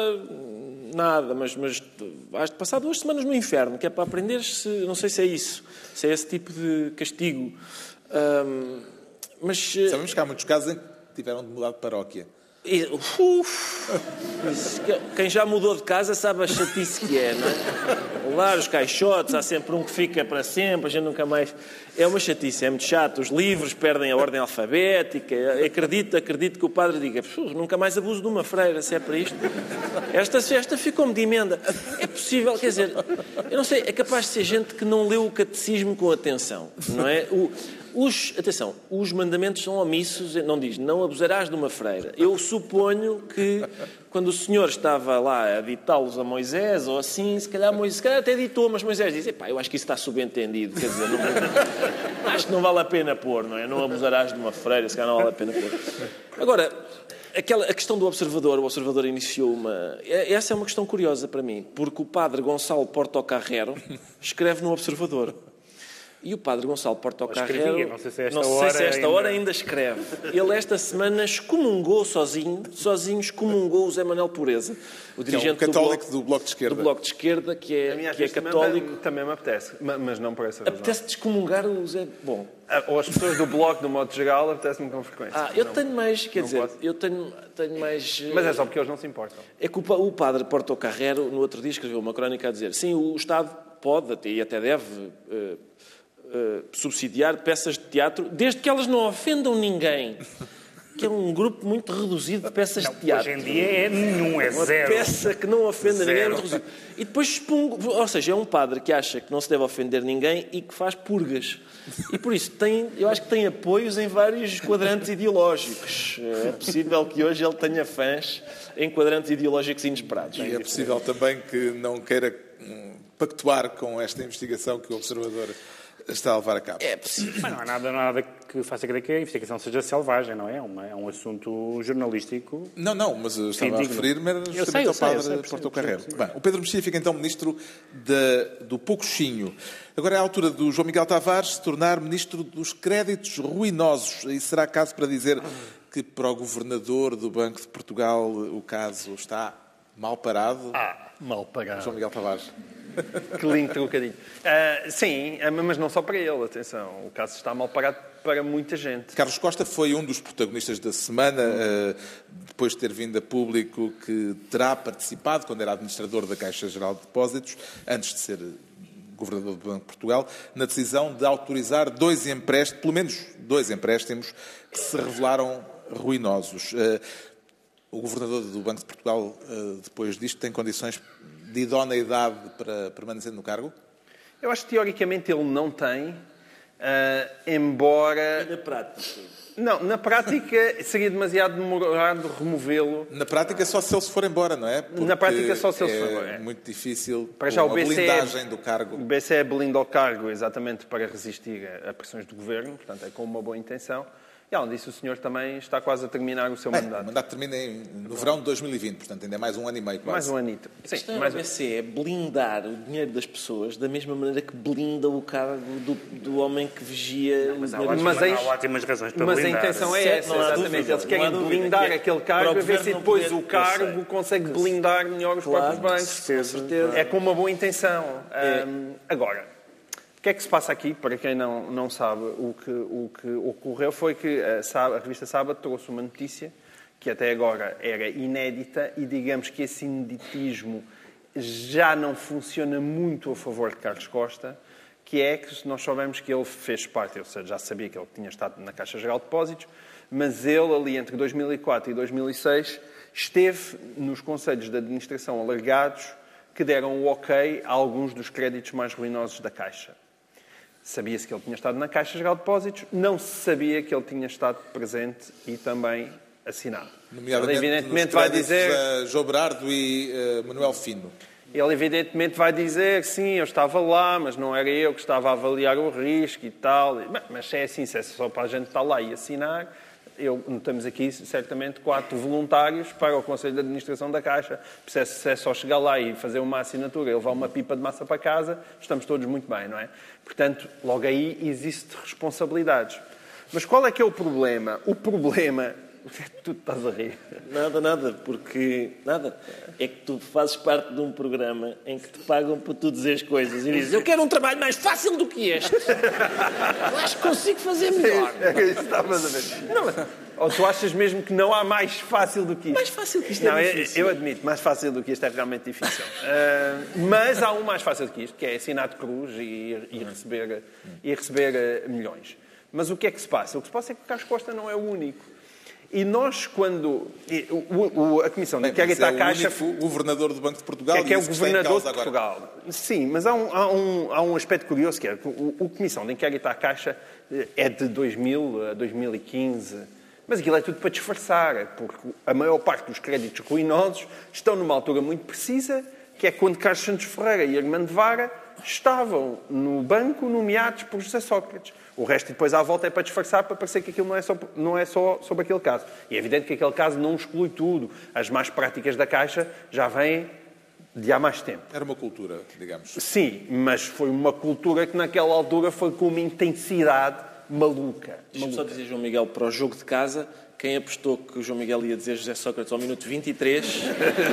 nada, mas, mas has de passar duas semanas no inferno, que é para aprender se... Não sei se é isso, se é esse tipo de castigo. Ahm, mas... Sabemos que há muitos casos em que tiveram de mudar de paróquia. E, uf, isso, quem já mudou de casa sabe a chatice que é, não é? Levar os caixotes, há sempre um que fica para sempre, a gente nunca mais... É uma chatice, é muito chato. Os livros perdem a ordem alfabética. Acredito, acredito que o padre diga nunca mais abuso de uma freira, se é para isto. Esta, esta ficou-me de emenda. É possível, quer dizer, eu não sei, é capaz de ser gente que não leu o catecismo com atenção, não é? O, Os, atenção, os mandamentos são omissos, não diz, não abusarás de uma freira. Eu suponho que quando o Senhor estava lá a ditá-los a Moisés, ou assim, se calhar Moisés, se calhar até ditou, mas Moisés diz, epá, eu acho que isso está subentendido, quer dizer, não, acho que não vale a pena pôr, não é? Não abusarás de uma freira, se calhar não vale a pena pôr. Agora, aquela, a questão do observador, o observador iniciou uma... Essa é uma questão curiosa para mim, porque o padre Gonçalo Portocarrero escreve no Observador. E o padre Gonçalo Portocarrero, não sei se a esta não sei hora se a esta ainda- hora ainda escreve. Ele esta semana excomungou sozinho, sozinho excomungou o Zé Manuel Pureza, o Que é um dirigente católico do, do Bloco de Esquerda. do Bloco de Esquerda, que A minha é, que é às vezes também- católico. Também me apetece, ma- mas não por essa razão. Apetece-te excomungar o Zé... Bom, Ah, ou as pessoas do Bloco, do modo geral, apetece-me com frequência. ah, eu Não. tenho mais, quer não dizer, posso. eu tenho, tenho mais... Mas é só porque eles não se importam. É que o pa- o padre Portocarrero, no outro dia, escreveu uma crónica a dizer sim, o Estado pode até- e até deve eh, eh, subsidiar peças de teatro desde que elas não ofendam ninguém. que é um grupo muito reduzido de peças Não, de teatro. hoje em dia é nenhum, é Uma zero. peça que não ofende Zero. ninguém é muito reduzido. E depois expung... Ou seja, é um padre que acha que não se deve ofender ninguém e que faz purgas. E por isso, tem, eu acho que tem apoios em vários quadrantes ideológicos. É possível que hoje ele tenha fãs em quadrantes ideológicos inesperados. E é possível também que não queira hum, pactuar com esta investigação que o Observador está a levar a cabo. É possível. Mas não há nada, nada que faça crer que a investigação seja selvagem, não é? É, uma, é um assunto jornalístico. Não, não, mas eu estava Sim, a referir-me era eu justamente sei, eu ao sei, eu padre sei, Porto percebo, Carreiro. percebo, Bem, o Pedro Mexia fica então ministro de, do Poucochinho. Agora é a altura do João Miguel Tavares se tornar ministro dos créditos ruinosos. E será caso para dizer que para o governador do Banco de Portugal o caso está mal parado? Ah, mal pagado. João Miguel Tavares. Que lindo trocadinho. Uh, sim, mas não só para ele, atenção. O caso está mal parado para muita gente. Carlos Costa foi um dos protagonistas da semana, uh, depois de ter vindo a público que terá participado, quando era administrador da Caixa Geral de Depósitos, antes de ser governador do Banco de Portugal, na decisão de autorizar dois empréstimos, pelo menos dois empréstimos, que se revelaram ruinosos. Uh, o governador do Banco de Portugal, uh, depois disto, tem condições de idoneidade para permanecer no cargo? Eu acho que teoricamente ele não tem, uh, embora... E na prática? Não, na prática seria demasiado demorado removê-lo. Na prática só se ele se for embora, não é? Porque Na prática só se ele se for embora. É muito difícil Para já o a B C E, blindagem do cargo. O B C E blinda o cargo exatamente para resistir a, a pressões do governo, portanto é com uma boa intenção. E além disso, o senhor também está quase a terminar o seu Bem, mandato. o mandato termina em, no verão de dois mil e vinte, portanto ainda é mais um ano e meio quase. Mais um anito. Sim, Isto é mais o B C E é blindar o dinheiro das pessoas da mesma maneira que blinda o cargo do, do homem que vigia Mas o há dinheiro. Mas ótimas, aí- há ótimas razões para Mas a blindar. intenção é Certo, essa, não há exatamente. dúvida, Eles não querem há dúvida, blindar que é aquele para cargo o a ver governo se não depois poder- o eu cargo sei. consegue blindar melhor os Claro, próprios bancos. com certeza. É com uma boa intenção. É. Hum, agora, o que é que se passa aqui? Para quem não, não sabe, o que, o que ocorreu foi que a, Sábado, a revista Sábado trouxe uma notícia que até agora era inédita e digamos que esse ineditismo já não funciona muito a favor de Carlos Costa, que é que nós soubemos que ele fez parte, ou seja, já sabia que ele tinha estado na Caixa Geral de Depósitos, mas ele ali entre dois mil e quatro e dois mil e seis esteve nos conselhos de administração alargados que deram o ok a alguns dos créditos mais ruinosos da Caixa. Sabia-se que ele tinha estado na Caixa Geral de Depósitos, não se sabia que ele tinha estado presente e também assinado. Nomeadamente Ele evidentemente nos vai créditos dizer... a João Berardo e uh, Manuel Fino. Ele evidentemente vai dizer, sim, eu estava lá, mas não era eu que estava a avaliar o risco e tal. Mas se é assim, se é só para a gente estar lá e assinar, eu, notamos aqui certamente quatro voluntários para o Conselho de Administração da Caixa. Se é, se é só chegar lá e fazer uma assinatura e levar uma pipa de massa para casa, estamos todos muito bem, não é? Portanto, logo aí existe responsabilidades. Mas qual é que é o problema? O problema... Tu estás a rir. Nada, nada, porque... Nada. É que tu fazes parte de um programa em que te pagam para tu dizeres coisas e dizes eu quero um trabalho mais fácil do que este. Eu acho que consigo fazer melhor. É isso que estavas a ver. Não, mas, ou tu achas mesmo que não há mais fácil do que isto? Mais fácil que isto não, é eu, difícil. eu admito, mais fácil do que isto é realmente difícil. Uh, mas há um mais fácil do que isto, que é assinar de cruz e, e receber, e receber uh, milhões. Mas o que é que se passa? O que se passa é que o Carlos Costa não é o único. E nós, quando... E, o, o, a Comissão de Inquérito à Caixa... É o único governador do Banco de Portugal. É que é o e isso está em governador de causa agora. Portugal. Sim, mas há um, há, um, há um aspecto curioso que é que o, o Comissão de Inquérito à Caixa é de dois mil a dois mil e quinze. Mas aquilo é tudo para disfarçar, porque a maior parte dos créditos ruinosos estão numa altura muito precisa, que é quando Carlos Santos Ferreira e Armando Vara estavam no banco nomeados por José Sócrates. O resto, depois, à volta, é para disfarçar, para parecer que aquilo não é, só, não é só sobre aquele caso. E é evidente que aquele caso não exclui tudo. As más práticas da Caixa já vêm de há mais tempo. Era uma cultura, digamos. Sim, mas foi uma cultura que, naquela altura, foi com uma intensidade maluca. Deixa-me só dizer, João Miguel, para o jogo de casa, quem apostou que o João Miguel ia dizer José Sócrates ao minuto vinte e três...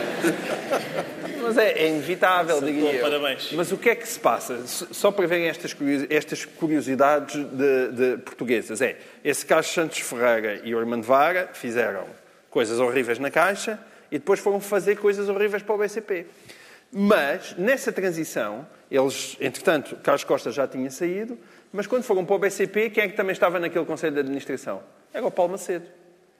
Mas é, é inevitável, diria eu. Parabéns. Mas o que é que se passa? Só para verem estas, estas curiosidades de, de portuguesas. É, esse Carlos Santos Ferreira e o Armando Vara fizeram coisas horríveis na Caixa e depois foram fazer coisas horríveis para o B C P. Mas, nessa transição, eles, entretanto, Carlos Costa já tinha saído, mas quando foram para o B C P, quem é que também estava naquele Conselho de Administração? Era o Paulo Macedo.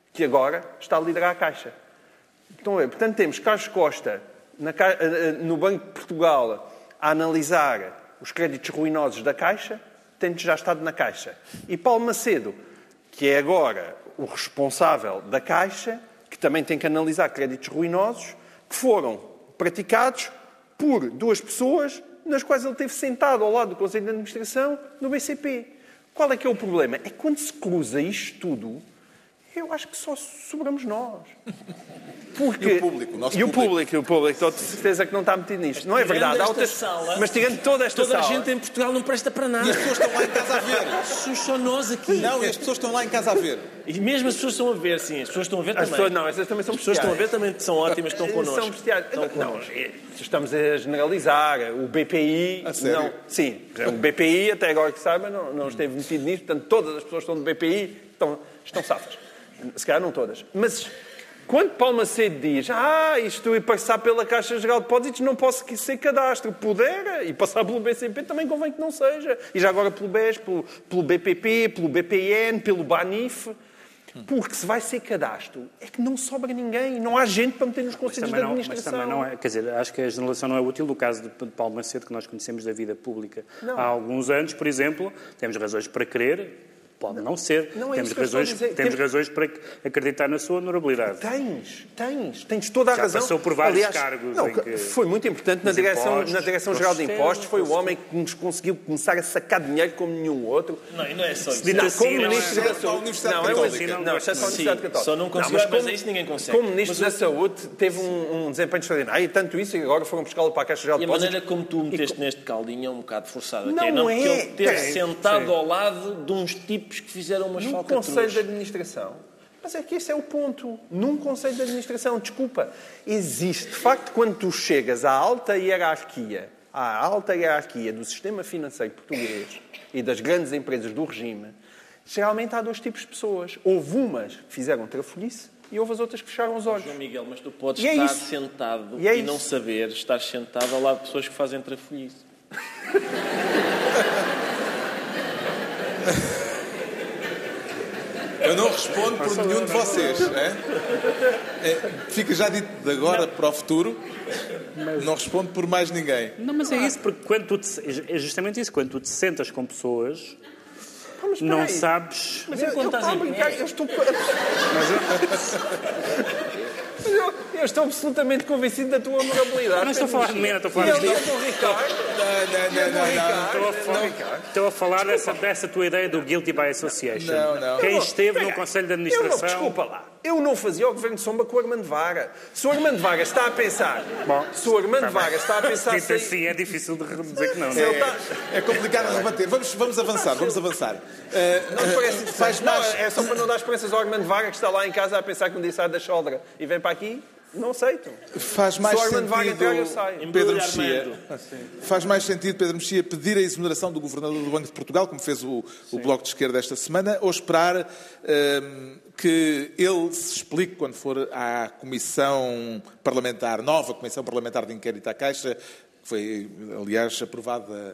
que agora está a liderar a Caixa. Estão a ver? Portanto, temos Carlos Costa na, no Banco de Portugal a analisar os créditos ruinosos da Caixa, tendo já estado na Caixa. E Paulo Macedo, que é agora o responsável da Caixa, que também tem que analisar créditos ruinosos, que foram praticados por duas pessoas nas quais ele esteve sentado ao lado do Conselho de Administração no B C P. Qual é que é o problema? É que quando se cruza isto tudo, eu acho que só sobramos nós. Porque... E o público, o nosso e o público. público, e o público, estou de certeza que não está metido nisto. Não é verdade. Há outras... sala, mas tirando toda esta toda sala... a gente em Portugal não presta para nada. E as pessoas estão lá em casa a ver. Somos só nós aqui. Não, e as pessoas estão lá em casa a ver. E mesmo as pessoas estão a ver, sim. As pessoas estão a ver As também. pessoas, não, essas também são As pessoas estão a ver bestiais. também são ótimas, estão connosco. São bestiais. Estão Não, connosco. é, estamos a generalizar. O B P I... A sério? Não, sim. O B P I, até agora que saiba, não, não esteve metido nisto. Portanto, todas as pessoas que estão do B P I estão, estão safas. Se calhar não todas. Mas quando Paulo Macedo diz ah, isto e passar pela Caixa Geral de Depósitos não posso ser cadastro. Pudera. E passar pelo B C P também convém que não seja. E já agora pelo B E S, pelo, pelo B P P, pelo B P I N, pelo BANIF. Porque se vai ser cadastro, é que não sobra ninguém. Não há gente para meter nos conselhos de Mas administração. também não é, quer dizer, acho que a generalização não é útil. No caso de Paulo Macedo, que nós conhecemos da vida pública Não. há alguns anos, por exemplo, temos razões para querer, pode não ser. Não é temos isso que eu estou a razões, dizer. temos Tem- razões para acreditar na sua honorabilidade. Tens, tens, tens toda a Já razão. passou por vários Aliás, cargos não, em que- foi muito importante na nos direção, impostos, na Direção-Geral de conseguiu, Impostos. Foi o homem que nos conseguiu começar a sacar dinheiro como nenhum outro. Não, e não é só isso. Dito Não, assim, como não é- Ministro da Para a Saúde... Universidade Não, é um Católica. ensino- não, exceto a Sim, Universidade Católica. só não conseguiu, mas mas como- isso ninguém consegue. Como Ministro Mas da Saúde, teve um, um desempenho extraordinário. E tanto isso, e agora foram buscá-lo para a Caixa Geral E de a Depósitos. maneira como tu meteste neste caldinho é um bocado forçada. Não, até, não Porque é. ele ter Tem, sentado sim. ao lado de uns tipos que fizeram umas Num falcatruas. Conselho de Administração. Mas é que esse é o ponto. Num Conselho de Administração, desculpa, existe. De facto, quando tu chegas à alta hierarquia, à alta hierarquia do sistema financeiro português e das grandes empresas do regime, geralmente há dois tipos de pessoas. Houve umas que fizeram trafolhice e houve as outras que fecharam os olhos. João Miguel, mas tu podes E é estar isso. sentado E é e não isso. saber estar sentado ao lado de pessoas que fazem trafolhice. Eu não respondo por nenhum de vocês. É? É, fica já dito de agora para o futuro. Não respondo por mais ninguém. Não, mas é isso, porque quando tu te, é justamente isso, quando tu te sentas com pessoas, Ah, mas espera não aí. sabes... Mas eu, enquanto eu, estás estou a em brincar, pé. eu estou... Mas eu, eu estou absolutamente convencido da tua honorabilidade. Eu não estou a falar de mim, não estou a falar E de ele mim. é o Ricardo. Não, não, não, não. Estou a falar, estou a falar dessa, dessa tua ideia do guilty by association. Não, não. Quem Não, esteve no pega, Conselho de Eu não, Administração... desculpa lá. Eu não fazia o Governo de Sombra com o Armando Vara. Se o Armando Vara está a pensar... Bom, se o Armando tá bem. Vara está a pensar... Dito se- assim, é difícil de dizer que não. se não ele é? está... É complicado rebater. Vamos, vamos avançar, vamos avançar. Uh, Não te parece faz não, mais... é só para não dar esperanças ao Armando Vara que está lá em casa a pensar que um dia sai da choldra e vem para aqui. Não aceito. Faz mais Se o Armando Vara entrar, eu sentido, saio. Pedro Embrulha, Mexia, Armando. faz mais sentido, Pedro Mexia, pedir a exoneração do Governador do Banco de Portugal, como fez o, o Bloco de Esquerda esta semana, ou esperar hum, que ele se explique quando for à Comissão Parlamentar, nova Comissão Parlamentar de Inquérito à Caixa, que foi, aliás, aprovada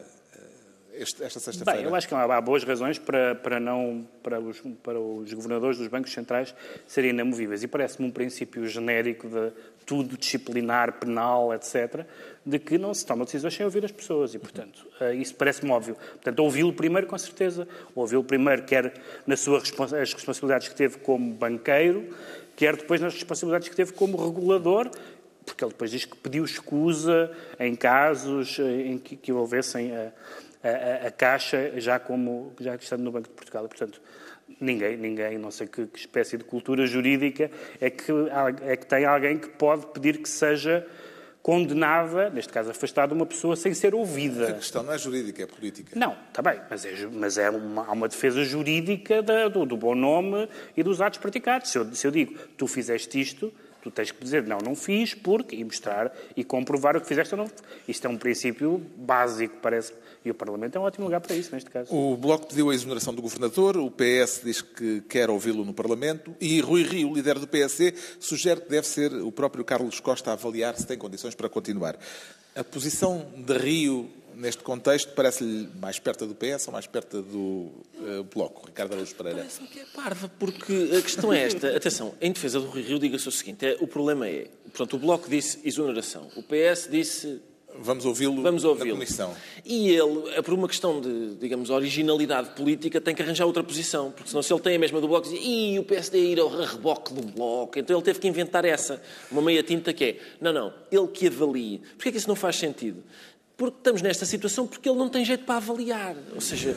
este, esta sexta-feira? Bem, eu acho que há boas razões para, para, não, para, os, para os governadores dos bancos centrais serem inamovíveis. E parece-me um princípio genérico de tudo disciplinar, penal, etcétera, de que não se tomam decisões sem ouvir as pessoas. E, portanto, isso parece-me óbvio. Portanto, ouvi-lo primeiro, com certeza. Ouvi-lo primeiro, quer nas suas responsa- as responsabilidades que teve como banqueiro, quer depois nas responsabilidades que teve como regulador, porque ele depois diz que pediu escusa em casos em que, que houvessem a, a, a Caixa já como já estando no Banco de Portugal. E, portanto, ninguém, ninguém, não sei que, que espécie de cultura jurídica é que, é que tem alguém que pode pedir que seja condenada, neste caso afastada, uma pessoa sem ser A ouvida. questão não é jurídica, é política. Não, está bem, mas é, ju- mas é uma, há uma defesa jurídica da- do, do bom nome e dos atos praticados. Se eu, se eu digo, tu fizeste isto, tu tens que dizer, não, não fiz, porque, e mostrar e comprovar o que fizeste ou não. Isto é um princípio básico, parece. E o Parlamento é um ótimo lugar para isso, neste caso. O Bloco pediu a exoneração do Governador, o P S diz que quer ouvi-lo no Parlamento e Rui Rio, líder do P S D, sugere que deve ser o próprio Carlos Costa a avaliar se tem condições para continuar. A posição de Rio neste contexto, parece-lhe mais perto do P S ou mais perto do uh, Bloco, Ricardo Araújo Pereira? Parece-me que é parva, porque a questão é esta. Atenção, em defesa do Rui Rio, diga-se o seguinte, é, o problema é, portanto, o Bloco disse exoneração, o P S disse... Vamos ouvi-lo Vamos ouvi-lo. na comissão. E ele, por uma questão de, digamos, originalidade política, tem que arranjar outra posição. Porque senão, se ele tem a mesma do Bloco, diz, ih, o P S D ir ao reboque do Bloco. Então ele teve que inventar essa, uma meia tinta que é, não, não, ele que avalie. Porquê é que isso não faz sentido? Porque estamos nesta situação porque ele não tem jeito para avaliar. Ou seja,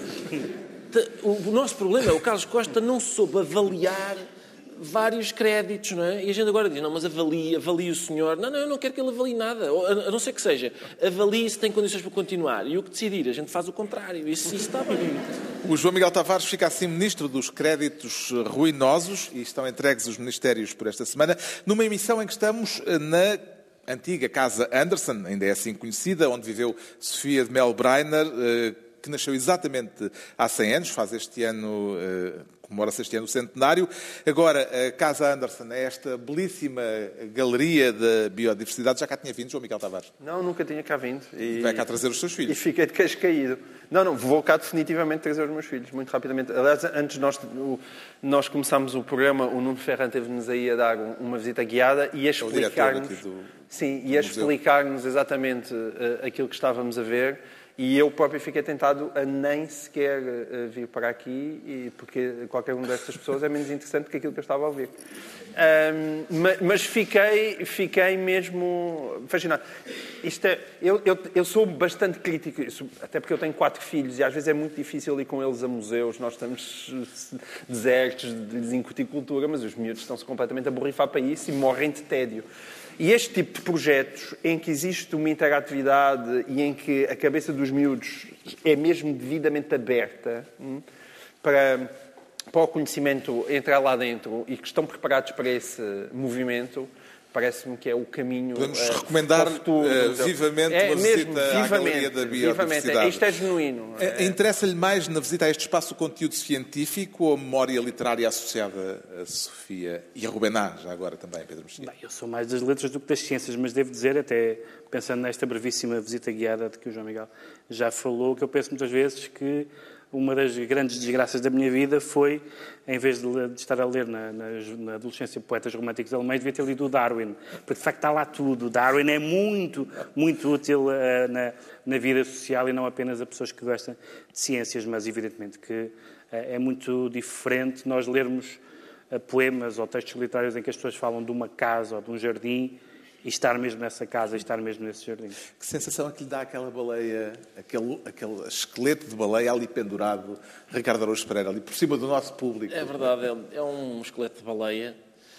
o nosso problema é o Carlos Costa não soube avaliar vários créditos, não é? E a gente agora diz, não, mas avalie, avalie o senhor. Não, não, eu não quero que ele avalie nada. A não ser que seja, avalie se tem condições para continuar. E o que decidir, a gente faz o contrário. Isso, isso está bem. O João Miguel Tavares fica assim ministro dos créditos ruinosos e estão entregues os ministérios por esta semana, numa emissão em que estamos na antiga Casa Anderson, ainda é assim conhecida, onde viveu Sofia de Mel Breiner, que nasceu exatamente há cem anos, faz este ano... comemora-se este ano o centenário. Agora, a Casa Anderson é esta belíssima galeria da biodiversidade. Já cá tinha vindo, João Miguel Tavares? Não, nunca tinha cá vindo. E... Vai cá trazer os seus filhos. E fiquei de queixo caído. Não, não, vou cá definitivamente trazer os meus filhos, muito rapidamente. Aliás, antes de nós, nós começámos o programa, o Nuno Ferrand teve-nos aí a dar uma visita guiada e a explicar-nos... Do... Sim, e a explicar-nos exatamente uh, aquilo que estávamos a ver. E eu próprio fiquei tentado a nem sequer vir para aqui, porque qualquer uma destas pessoas é menos interessante que aquilo que eu estava a ouvir. Um, mas fiquei, fiquei mesmo fascinado. Isto é, eu, eu, eu sou bastante crítico, até porque eu tenho quatro filhos e às vezes é muito difícil ir com eles a museus. Nós estamos desertos de lhes incutir cultura, mas os miúdos estão-se completamente a borrifar para isso e morrem de tédio. E este tipo de projetos, em que existe uma interatividade e em que a cabeça dos miúdos é mesmo devidamente aberta hum, para, para o conhecimento entrar lá dentro e que estão preparados para esse movimento, parece-me que é o caminho. Podemos uh, recomendar para o futuro, uh, vivamente é uma mesmo, visita à vivamente, Galeria da Biodiversidade. Vivamente. Isto é genuíno. É, interessa-lhe mais na visita a este espaço o conteúdo científico ou a memória literária associada a Sofia e a Rubená, já agora também, Pedro Mexia? Bem, eu sou mais das letras do que das ciências, mas devo dizer, até pensando nesta brevíssima visita guiada de que o João Miguel já falou, que eu penso muitas vezes que uma das grandes desgraças da minha vida foi, em vez de, de estar a ler na, na, na adolescência poetas românticos alemães, devia ter lido o Darwin. Porque, de facto, está lá tudo. Darwin é muito, muito útil uh, na, na vida social e não apenas a pessoas que gostam de ciências, mas, evidentemente, que uh, é muito diferente nós lermos uh, poemas ou textos literários em que as pessoas falam de uma casa ou de um jardim e estar mesmo nessa casa, e estar mesmo nesse jardim. Que sensação é que lhe dá aquela baleia, aquele, aquele esqueleto de baleia ali pendurado, Ricardo Araújo Pereira, ali por cima do nosso público? É verdade, é um esqueleto de baleia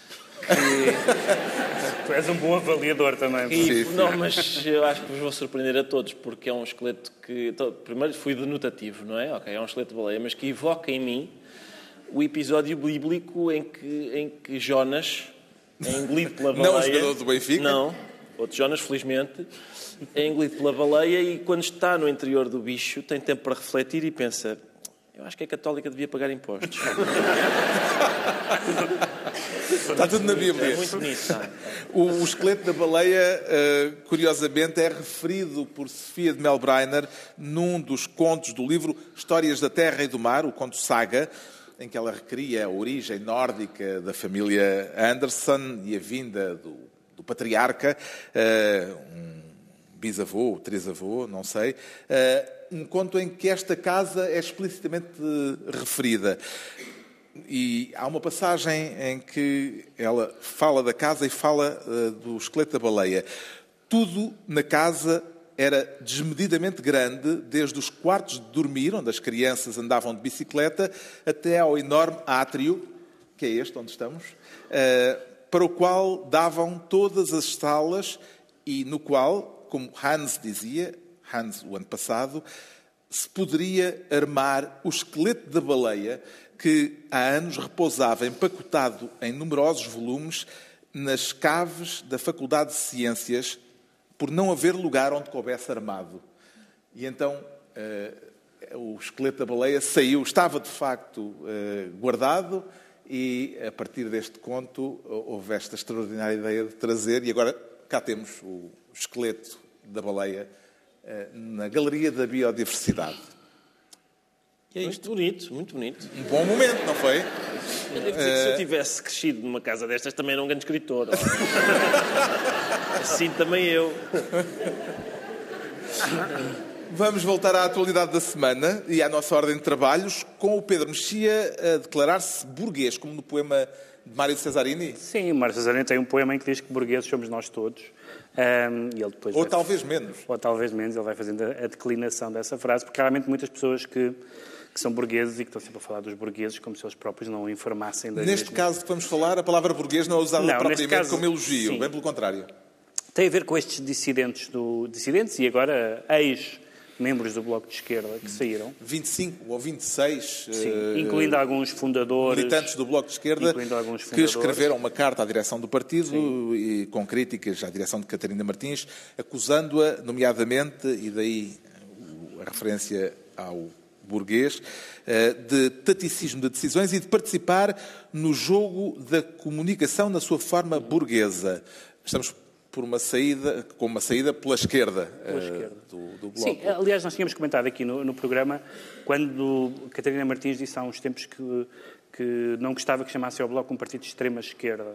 que... Tu és um bom avaliador também. E, sim, sim. Não, mas eu acho que vos vou surpreender a todos, porque é um esqueleto que... Então, primeiro fui denotativo, não é? Ok, é um esqueleto de baleia, mas que evoca em mim o episódio bíblico em que, em que Jonas... é engolido pela baleia. Não o jogador do Benfica? Não, outro Jonas, felizmente, é engolido pela baleia e quando está no interior do bicho tem tempo para refletir e pensa, eu acho que a católica devia pagar impostos. Está tudo na Bíblia. É muito bonito, sabe? O, o esqueleto da baleia, curiosamente, é referido por Sofia de Mel Breiner num dos contos do livro Histórias da Terra e do Mar, o conto Saga, em que ela recria a origem nórdica da família Anderson e a vinda do, do patriarca, uh, um bisavô, trisavô, não sei, uh, um conto em que esta casa é explicitamente referida. E há uma passagem em que ela fala da casa e fala uh, do esqueleto da baleia. Tudo na casa era desmedidamente grande, desde os quartos de dormir, onde as crianças andavam de bicicleta, até ao enorme átrio, que é este onde estamos, para o qual davam todas as salas e no qual, como Hans dizia, Hans o ano passado, se poderia armar o esqueleto da baleia que há anos repousava empacotado em numerosos volumes nas caves da Faculdade de Ciências, por não haver lugar onde coubesse armado. E então uh, o esqueleto da baleia saiu, estava de facto uh, guardado e a partir deste conto houve esta extraordinária ideia de trazer e agora cá temos o esqueleto da baleia na Galeria da Biodiversidade. E é isto, bonito, muito bonito. Um bom momento, não foi? Eu devo dizer que se eu tivesse crescido numa casa destas também era um grande escritor. Assim também eu. Vamos voltar à atualidade da semana e à nossa ordem de trabalhos, com o Pedro Mexia a declarar-se burguês, como no poema de Mário Cesarini. Sim, o Mário Cesarini tem um poema em que diz que burgueses somos nós todos. Um, e ele depois Ou vai... talvez menos. Ou talvez menos, ele vai fazendo a declinação dessa frase, porque há realmente muitas pessoas que, que são burgueses e que estão sempre a falar dos burgueses como se eles próprios não informassem das Neste mesmas. caso que vamos falar, a palavra burguês não é usada Não, propriamente caso, como elogio, sim. bem pelo contrário. Tem a ver com estes dissidentes, do, dissidentes e agora ex-membros do Bloco de Esquerda que saíram. vinte e cinco ou vinte e seis Sim, uh, incluindo alguns fundadores. militantes do Bloco de Esquerda que escreveram uma carta à direção do partido Sim. e com críticas à direção de Catarina Martins, acusando-a, nomeadamente, e daí a referência ao burguês, de taticismo de decisões e de participar no jogo da comunicação na sua forma burguesa. Estamos por uma saída, com uma saída pela esquerda, pela uh, esquerda. Do, do Bloco. Sim, aliás, nós tínhamos comentado aqui no, no programa, quando Catarina Martins disse há uns tempos que, que não gostava que chamasse ao Bloco um partido de extrema-esquerda.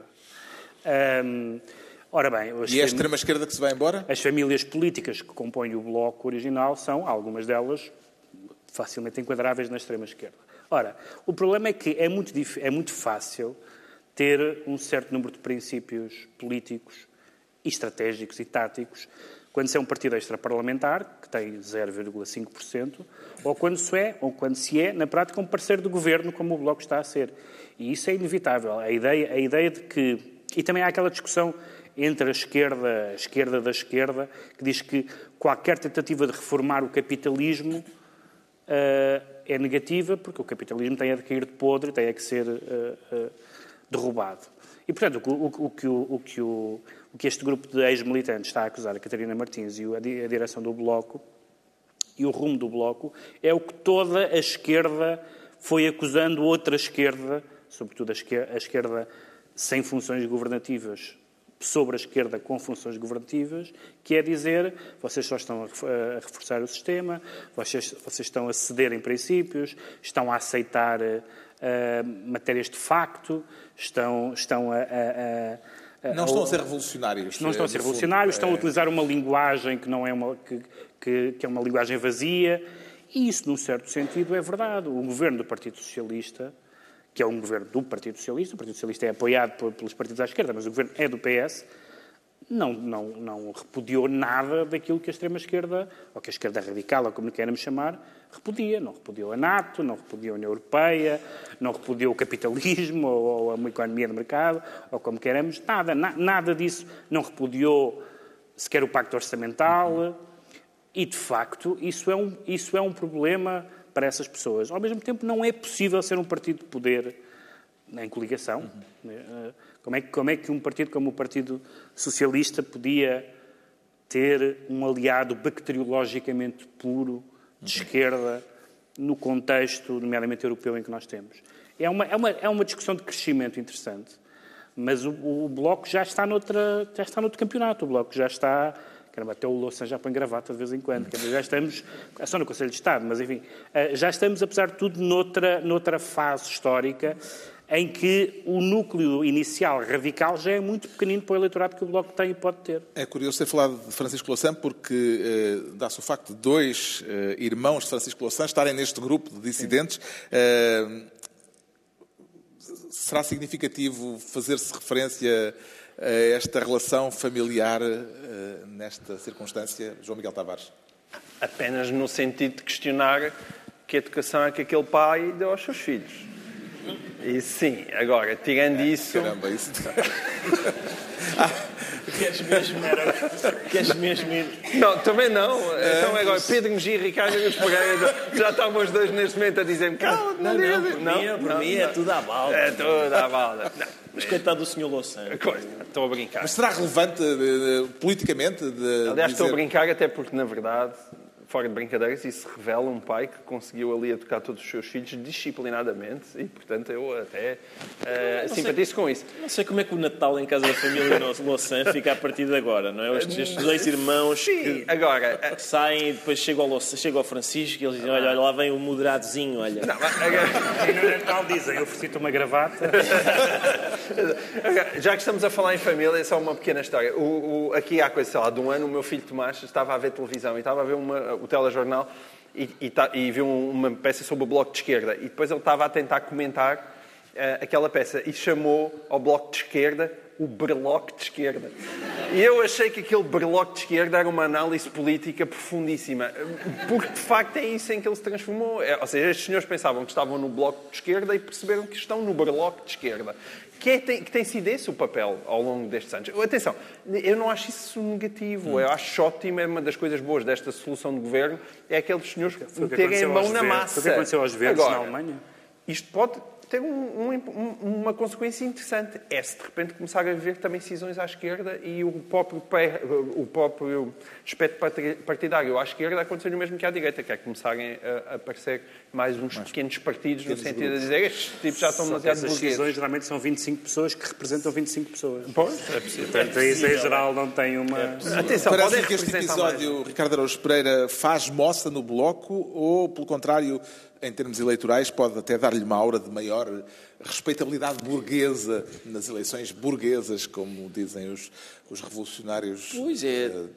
Um, ora bem... E é a extrema-esquerda que se vai embora? As famílias políticas que compõem o Bloco original são, algumas delas, facilmente enquadráveis na extrema-esquerda. Ora, o problema é que é muito, é muito fácil ter um certo número de princípios políticos e estratégicos e táticos quando se é um partido extraparlamentar, que tem zero vírgula cinco por cento, ou quando se é, ou quando se é, na prática, um parceiro do governo, como o Bloco está a ser. E isso é inevitável. A ideia, a ideia de que... E também há aquela discussão entre a esquerda, a esquerda da esquerda, que diz que qualquer tentativa de reformar o capitalismo uh, é negativa, porque o capitalismo tem a de cair de podre, tem a que ser uh, uh, derrubado. E, portanto, o, o, o, que o, o, que o, o que este grupo de ex-militantes está a acusar a Catarina Martins e a direção do Bloco e o rumo do Bloco é o que toda a esquerda foi acusando outra esquerda, sobretudo a esquerda, a esquerda sem funções governativas, sobre a esquerda com funções governativas, que é dizer, vocês só estão a reforçar o sistema, vocês, vocês estão a ceder em princípios, estão a aceitar uh, matérias de facto, estão, estão a... a, a Não estão a ser revolucionários. Não estão a ser revolucionários, estão a utilizar uma linguagem que, não é, uma, que, que, que é uma linguagem vazia. E isso, num certo sentido, é verdade. O governo do Partido Socialista, que é um governo do Partido Socialista, o Partido Socialista é apoiado por, pelos partidos à esquerda, mas o governo é do P S, não, não, não repudiou nada daquilo que a extrema-esquerda, ou que a esquerda radical, ou como queremos chamar, repudia. Não repudiou a NATO, não repudiou a União Europeia, não repudiou o capitalismo ou, ou a economia de mercado, ou como queremos, nada, na, nada disso. Não repudiou sequer o Pacto Orçamental e, de facto, isso é um, isso é um problema para essas pessoas. Ao mesmo tempo, não é possível ser um partido de poder em coligação. Uhum. Como é, como é que um partido como o Partido Socialista podia ter um aliado bacteriologicamente puro de esquerda no contexto, nomeadamente europeu, em que nós temos? É uma, é uma, é uma discussão de crescimento interessante, mas o, o Bloco já está, noutra, já está noutro campeonato. O Bloco já está... Caramba, até o Louçã já põe gravata de vez em quando. Quer dizer, já estamos... É só no Conselho de Estado, mas enfim. Já estamos, apesar de tudo, noutra, noutra fase histórica em que o núcleo inicial radical já é muito pequenino para o eleitorado que o Bloco tem e pode ter. É curioso ter falado de Francisco Louçã porque eh, dá-se o facto de dois eh, irmãos de Francisco Louçã estarem neste grupo de dissidentes. Eh, será significativo fazer-se referência a esta relação familiar eh, nesta circunstância, João Miguel Tavares? Apenas no sentido de questionar que educação é que aquele pai deu aos seus filhos. E sim, agora, tirando é, isso... Caramba, isso... Queres mesmo, era... Queres mesmo ir... Não, também não. Então agora, Pedro Mexia e Ricardo Araújo Pereira já estavam os dois neste momento a dizer-me calma, não, não, não, por não, mim, não, por não, mim não. É tudo à balda. É tudo à balda. Não. Mas coitado do senhor Louçã. Estou a brincar. Mas será relevante uh, politicamente? De Aliás, dizer... estou a brincar até porque, na verdade, fora de brincadeiras, isso revela um pai que conseguiu ali educar todos os seus filhos disciplinadamente e, portanto, eu até uh, simpatizo com isso. Não sei como é que o Natal em casa da família Louçã fica a partir de agora, não é? Estes dois irmãos Sim, que agora, uh, saem e depois chegam ao, Louçã, chegam ao Francisco e eles dizem, olha, olha, lá vem o moderadozinho, olha. Não, agora... E no Natal dizem, eu ofereci-te uma gravata. Já que estamos a falar em família, é só uma pequena história. O, o, aqui há coisa, sei lá, de um ano, o meu filho Tomás estava a ver televisão e estava a ver uma, o telejornal e, e, e viu uma peça sobre o Bloco de Esquerda. E depois ele estava a tentar comentar uh, aquela peça e chamou ao Bloco de Esquerda o Berloque de Esquerda. E eu achei que aquele Berloque de Esquerda era uma análise política profundíssima. Porque, de facto, é isso em que ele se transformou. É, ou seja, estes senhores pensavam que estavam no Bloco de Esquerda e perceberam que estão no Berloque de Esquerda. Que, é, tem, que tem sido esse o papel ao longo destes anos. Atenção, eu não acho isso negativo. Eu acho ótimo, é uma das coisas boas desta solução de governo, é aqueles senhores meterem a mão na massa. O que aconteceu aos verdes Agora, na Alemanha? Isto pode ter um, um, uma consequência interessante. É se de repente começar a haver também cisões à esquerda e o próprio, o próprio aspecto partidário à esquerda acontecer o mesmo que à direita, que é começarem a aparecer mais uns mais pequenos partidos pequenos no sentido grupos. De dizer estes tipos já estão demasiado burgueses. Essas cisões geralmente são vinte e cinco pessoas que representam vinte e cinco pessoas. Pois, é possível. Portanto, isso em geral não tem uma... É Atenção, parece que este episódio, mais. Ricardo Araújo Pereira, faz moça no Bloco ou, pelo contrário, em termos eleitorais, pode até dar-lhe uma aura de maior respeitabilidade burguesa nas eleições burguesas, como dizem os, os revolucionários pois é. uh,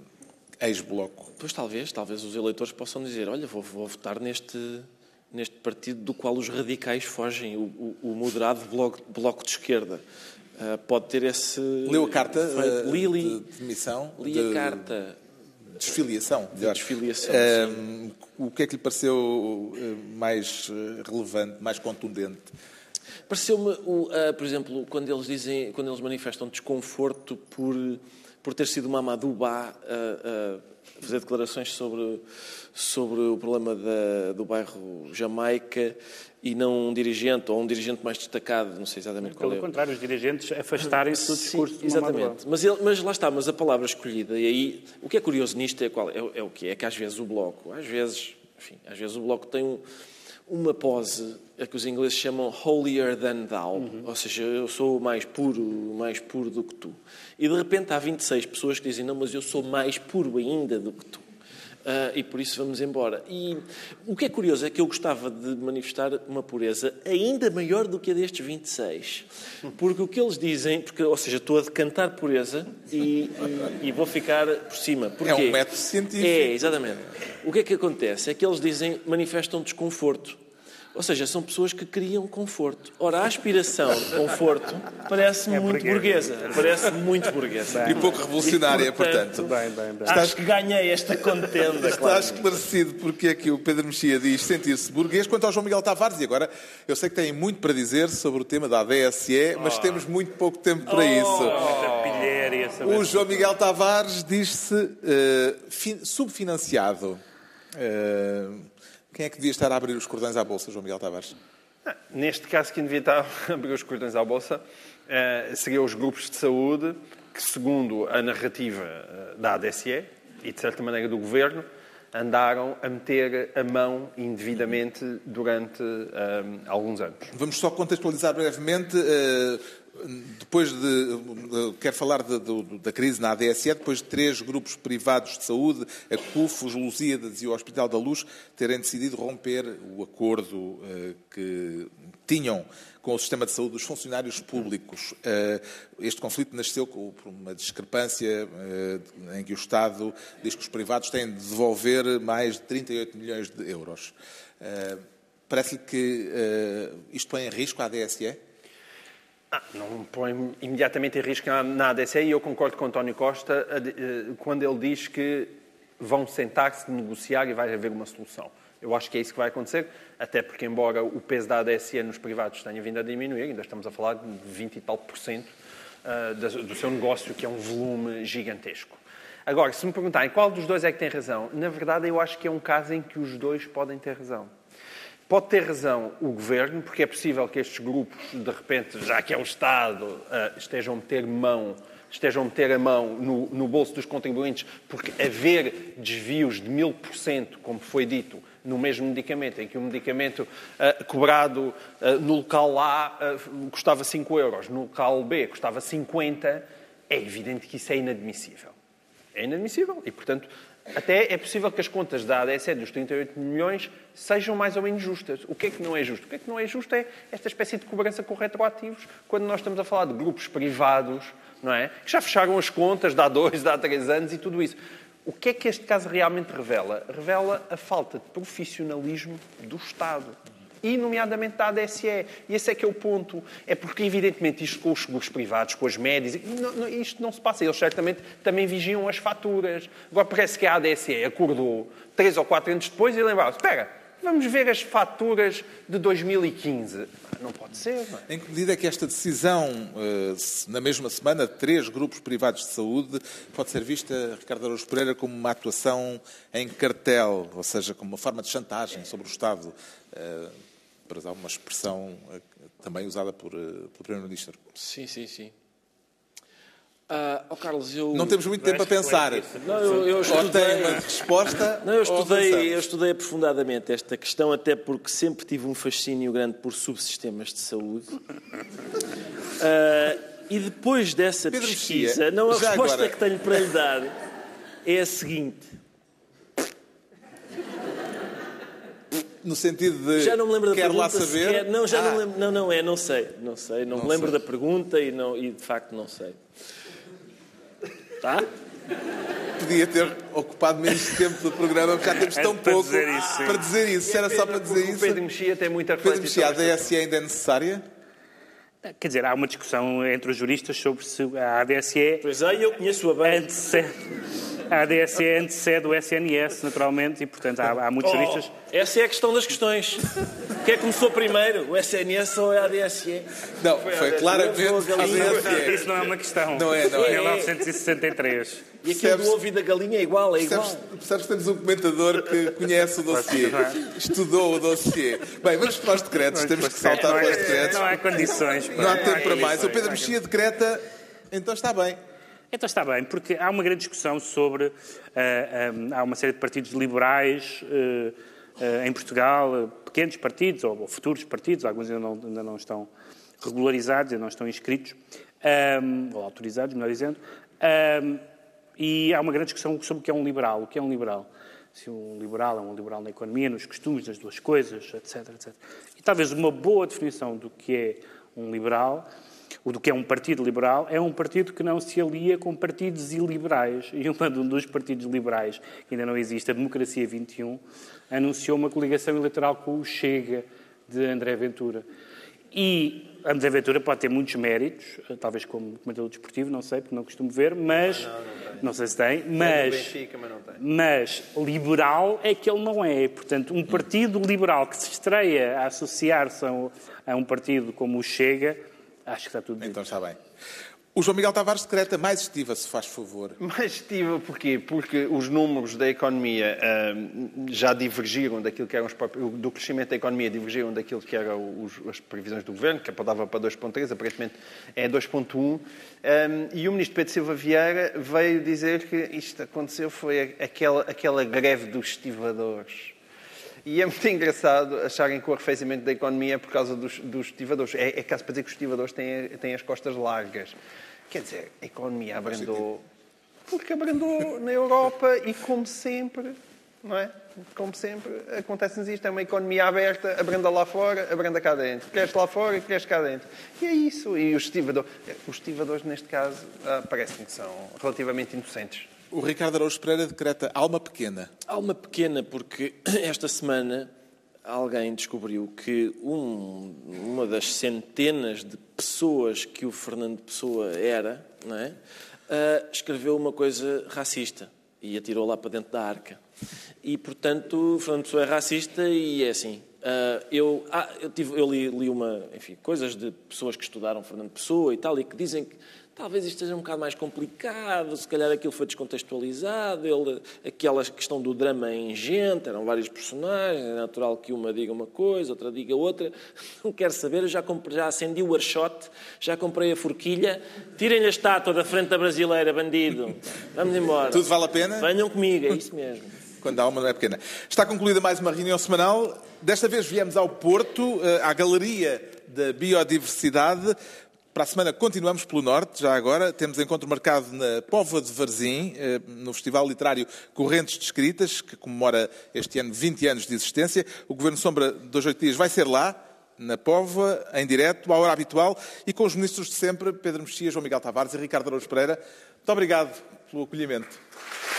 ex-Bloco. Pois talvez, talvez os eleitores possam dizer, olha, vou, vou votar neste, neste partido do qual os radicais fogem, o, o, o moderado bloco, bloco de Esquerda. Uh, pode ter esse... Leu a carta uh, li, li, de demissão? Li de... a carta... Desfiliação. De desfiliação, um, o que é que lhe pareceu mais relevante, mais contundente? Pareceu-me, uh, por exemplo, quando eles dizem, quando eles manifestam desconforto por, por ter sido Mamadou Ba a uh, uh, fazer declarações sobre, sobre o problema da, do bairro Jamaica e não um dirigente, ou um dirigente mais destacado, não sei exatamente qual é. Pelo contrário, os dirigentes afastarem-se do discurso Sim, exatamente. Mas, ele, mas lá está, mas a palavra escolhida, e aí, o que é curioso nisto é, qual, é, é o quê? É que às vezes o Bloco, às vezes, enfim, às vezes o Bloco tem um, uma pose, a que os ingleses chamam holier than thou, uhum. Ou seja, eu sou mais puro, mais puro do que tu. E de repente há vinte e seis pessoas que dizem, não, mas eu sou mais puro ainda do que tu. Uh, e por isso vamos embora. E o que é curioso é que eu gostava de manifestar uma pureza ainda maior do que a destes vinte e seis. Porque o que eles dizem, porque, ou seja, estou a decantar pureza e, e, e vou ficar por cima. Porquê? É um método científico. É, exatamente. O que é que acontece? É que eles dizem, manifestam desconforto. Ou seja, são pessoas que criam conforto. Ora, a aspiração de conforto parece-me é muito burguesa. Parece muito burguesa. E pouco revolucionária, e, portanto. portanto bem, bem, bem. Acho Estás... que ganhei esta contenda. Está claro. Esclarecido porque é que o Pedro Mexia diz sentir-se burguês. Quanto ao João Miguel Tavares, e agora eu sei que têm muito para dizer sobre o tema da A D S E, mas oh. temos muito pouco tempo para oh. isso. Oh. O João Miguel Tavares diz-se uh, fin... subfinanciado. Uh, Quem é que devia estar a abrir os cordões à Bolsa, João Miguel Tavares? Neste caso, quem devia estar a abrir os cordões à Bolsa uh, seriam os grupos de saúde que, segundo a narrativa uh, da A D S E e, de certa maneira, do Governo, andaram a meter a mão indevidamente durante uh, alguns anos. Vamos só contextualizar brevemente... Uh, Depois de, quero falar de, de, da crise na A D S E, depois de três grupos privados de saúde, a C U F, os Lusíadas e o Hospital da Luz, terem decidido romper o acordo uh, que tinham com o sistema de saúde dos funcionários públicos. Uh, este conflito nasceu por uma discrepância uh, em que o Estado diz que os privados têm de devolver mais de trinta e oito milhões de euros. Uh, parece-lhe que uh, isto põe em risco a A D S E? Ah, não põe imediatamente em risco na A D S E e eu concordo com António Costa quando ele diz que vão sentar-se, negociar e vai haver uma solução. Eu acho que é isso que vai acontecer, até porque, embora o peso da A D S E nos privados tenha vindo a diminuir, ainda estamos a falar de vinte e tal por cento do seu negócio, que é um volume gigantesco. Agora, se me perguntarem qual dos dois é que tem razão, na verdade eu acho que é um caso em que os dois podem ter razão. Pode ter razão o Governo, porque é possível que estes grupos, de repente, já que é o Estado, estejam a meter mão, estejam a meter a mão no, no bolso dos contribuintes, porque haver desvios de mil por cento, como foi dito, no mesmo medicamento, em que o medicamento uh, cobrado uh, no local A uh, custava cinco euros, no local B custava cinquenta, é evidente que isso é inadmissível. É inadmissível e, portanto, até é possível que as contas da A D S E dos trinta e oito milhões sejam mais ou menos justas. O que é que não é justo? O que é que não é justo é esta espécie de cobrança com retroativos, quando nós estamos a falar de grupos privados, não é? Que já fecharam as contas de há dois, de há três anos e tudo isso. O que é que este caso realmente revela? Revela a falta de profissionalismo do Estado. E, nomeadamente, da A D S E. E esse é que é o ponto. É porque, evidentemente, isto com os seguros privados, com as médias, não, não, isto não se passa. Eles, certamente, também vigiam as faturas. Agora, parece que a A D S E acordou três ou quatro anos depois e lembrava-se, espera, vamos ver as faturas de dois mil e quinze. Não pode ser, não é? Em que medida é que esta decisão, na mesma semana, de três grupos privados de saúde, pode ser vista, Ricardo Araújo Pereira, como uma atuação em cartel, ou seja, como uma forma de chantagem sobre o Estado, para usar uma expressão também usada por, pelo Primeiro-Ministro? Sim, sim, sim. Ah, oh Carlos, eu... Não temos muito tempo a pensar. Não, eu, eu estudei... Ou tem uma resposta. Não, eu estudei, eu estudei aprofundadamente esta questão, até porque sempre tive um fascínio grande por subsistemas de saúde. Ah, e depois dessa Pedro pesquisa, Mexia, não, a resposta agora... que tenho para lhe dar é a seguinte. No sentido de... Já não me lembro da quer pergunta lá saber? sequer. Não, já ah. não lembro. Não, não é, não sei. Não sei, não, não me lembro sei. da pergunta e, não, e de facto não sei. Tá? Podia ter ocupado menos tempo do programa, porque já temos tão para pouco dizer isso, sim. para dizer isso. Se era só para dizer O isso. Pedro Mexia tem muita Pedro reflexão. Mexia, a D S E ainda é necessária? Quer dizer, há uma discussão entre os juristas sobre se a A D S E Pois é, eu conheço-a bem. antecede, a ADSE antecede o S N S, naturalmente, e, portanto, há, há muitos Oh, juristas... essa é a questão das questões. O que é que começou primeiro? O S N S ou a ADSE? Não, foi, foi claramente a D S E. Isso não é uma questão. Não é, não é. mil novecentos e sessenta e três. E aquilo Percebes- do ovo e da galinha é igual, é igual. Percebes, percebes que temos um comentador que conhece o dossiê, estudou o dossiê. Bem, vamos para os decretos, temos que saltar para os decretos. Não há condições. Não há tempo para mais. O condições. Pedro Mexia decreta, então está bem. Então está bem, porque há uma grande discussão sobre... Uh, um, há uma série de partidos liberais uh, uh, em Portugal, uh, pequenos partidos ou, ou futuros partidos, alguns ainda não, ainda não estão regularizados, ainda não estão inscritos, um, ou autorizados, melhor dizendo, um, e há uma grande discussão sobre o que é um liberal. O que é um liberal? Se um liberal é um liberal na economia, nos costumes das duas coisas, etc, etcétera. E talvez uma boa definição do que é um liberal... O do que é um partido liberal é um partido que não se alia com partidos iliberais. E um dos partidos liberais, que ainda não existe, a Democracia vinte e um, anunciou uma coligação eleitoral com o Chega, de André Ventura. E André Ventura pode ter muitos méritos, talvez como comentador desportivo, não sei, porque não costumo ver, mas... Não, não, não, não sei se tem, mas... Benfica, mas, não tem. mas liberal é que ele não é. Portanto, um partido liberal que se estreia a associar-se a um, a um partido como o Chega... Acho que está tudo dito. Então está bem. O João Miguel Tavares decreta mais estiva, se faz favor. Mais estiva porquê? Porque os números da economia uh, já divergiram daquilo que eram os próprios, do crescimento da economia, divergiram daquilo que eram os, as previsões do Governo, que apontava para dois vírgula três, aparentemente é dois vírgula um. Um, e o Ministro Pedro Silva Vieira veio dizer que isto aconteceu, foi aquela, aquela greve dos estivadores. E é muito engraçado acharem que o arrefecimento da economia é por causa dos, dos estivadores. É, é caso para dizer que os estivadores têm, têm as costas largas. Quer dizer, a economia abrandou... Porque abrandou na Europa e, como sempre, não é? Como sempre, acontece-nos isto. É uma economia aberta, abranda lá fora, abranda cá dentro. Cresce lá fora e cresce cá dentro. E é isso. E os estivadores, os estivadores neste caso, parecem que são relativamente inocentes. O Ricardo Araújo Pereira decreta alma pequena. Alma pequena, porque esta semana alguém descobriu que um, uma das centenas de pessoas que o Fernando Pessoa era, não é? Uh, escreveu uma coisa racista e atirou lá para dentro da arca. E, portanto, o Fernando Pessoa é racista e é assim. Uh, eu ah, eu, tive, eu li, li uma, enfim, coisas de pessoas que estudaram Fernando Pessoa e tal, e que dizem que talvez isto esteja um bocado mais complicado, se calhar aquilo foi descontextualizado, ele, aquela questão do drama é ingente, eram vários personagens, é natural que uma diga uma coisa, outra diga outra. Não quero saber, eu já, comprei, já acendi o archote, já comprei a forquilha, tirem-lhe a estátua da frente da brasileira, bandido. Vamos embora. Tudo vale a pena? Venham comigo, é isso mesmo. Quando a alma não é pequena. Está concluída mais uma reunião semanal. Desta vez viemos ao Porto, à Galeria da Biodiversidade. Para a semana continuamos pelo Norte, já agora. Temos encontro marcado na Póvoa de Varzim, no Festival Literário Correntes de Escritas, que comemora este ano vinte anos de existência. O Governo Sombra, dois, oito dias, vai ser lá, na Póvoa, em direto, à hora habitual, e com os ministros de sempre, Pedro Mexia, João Miguel Tavares e Ricardo Araújo Pereira. Muito obrigado pelo acolhimento.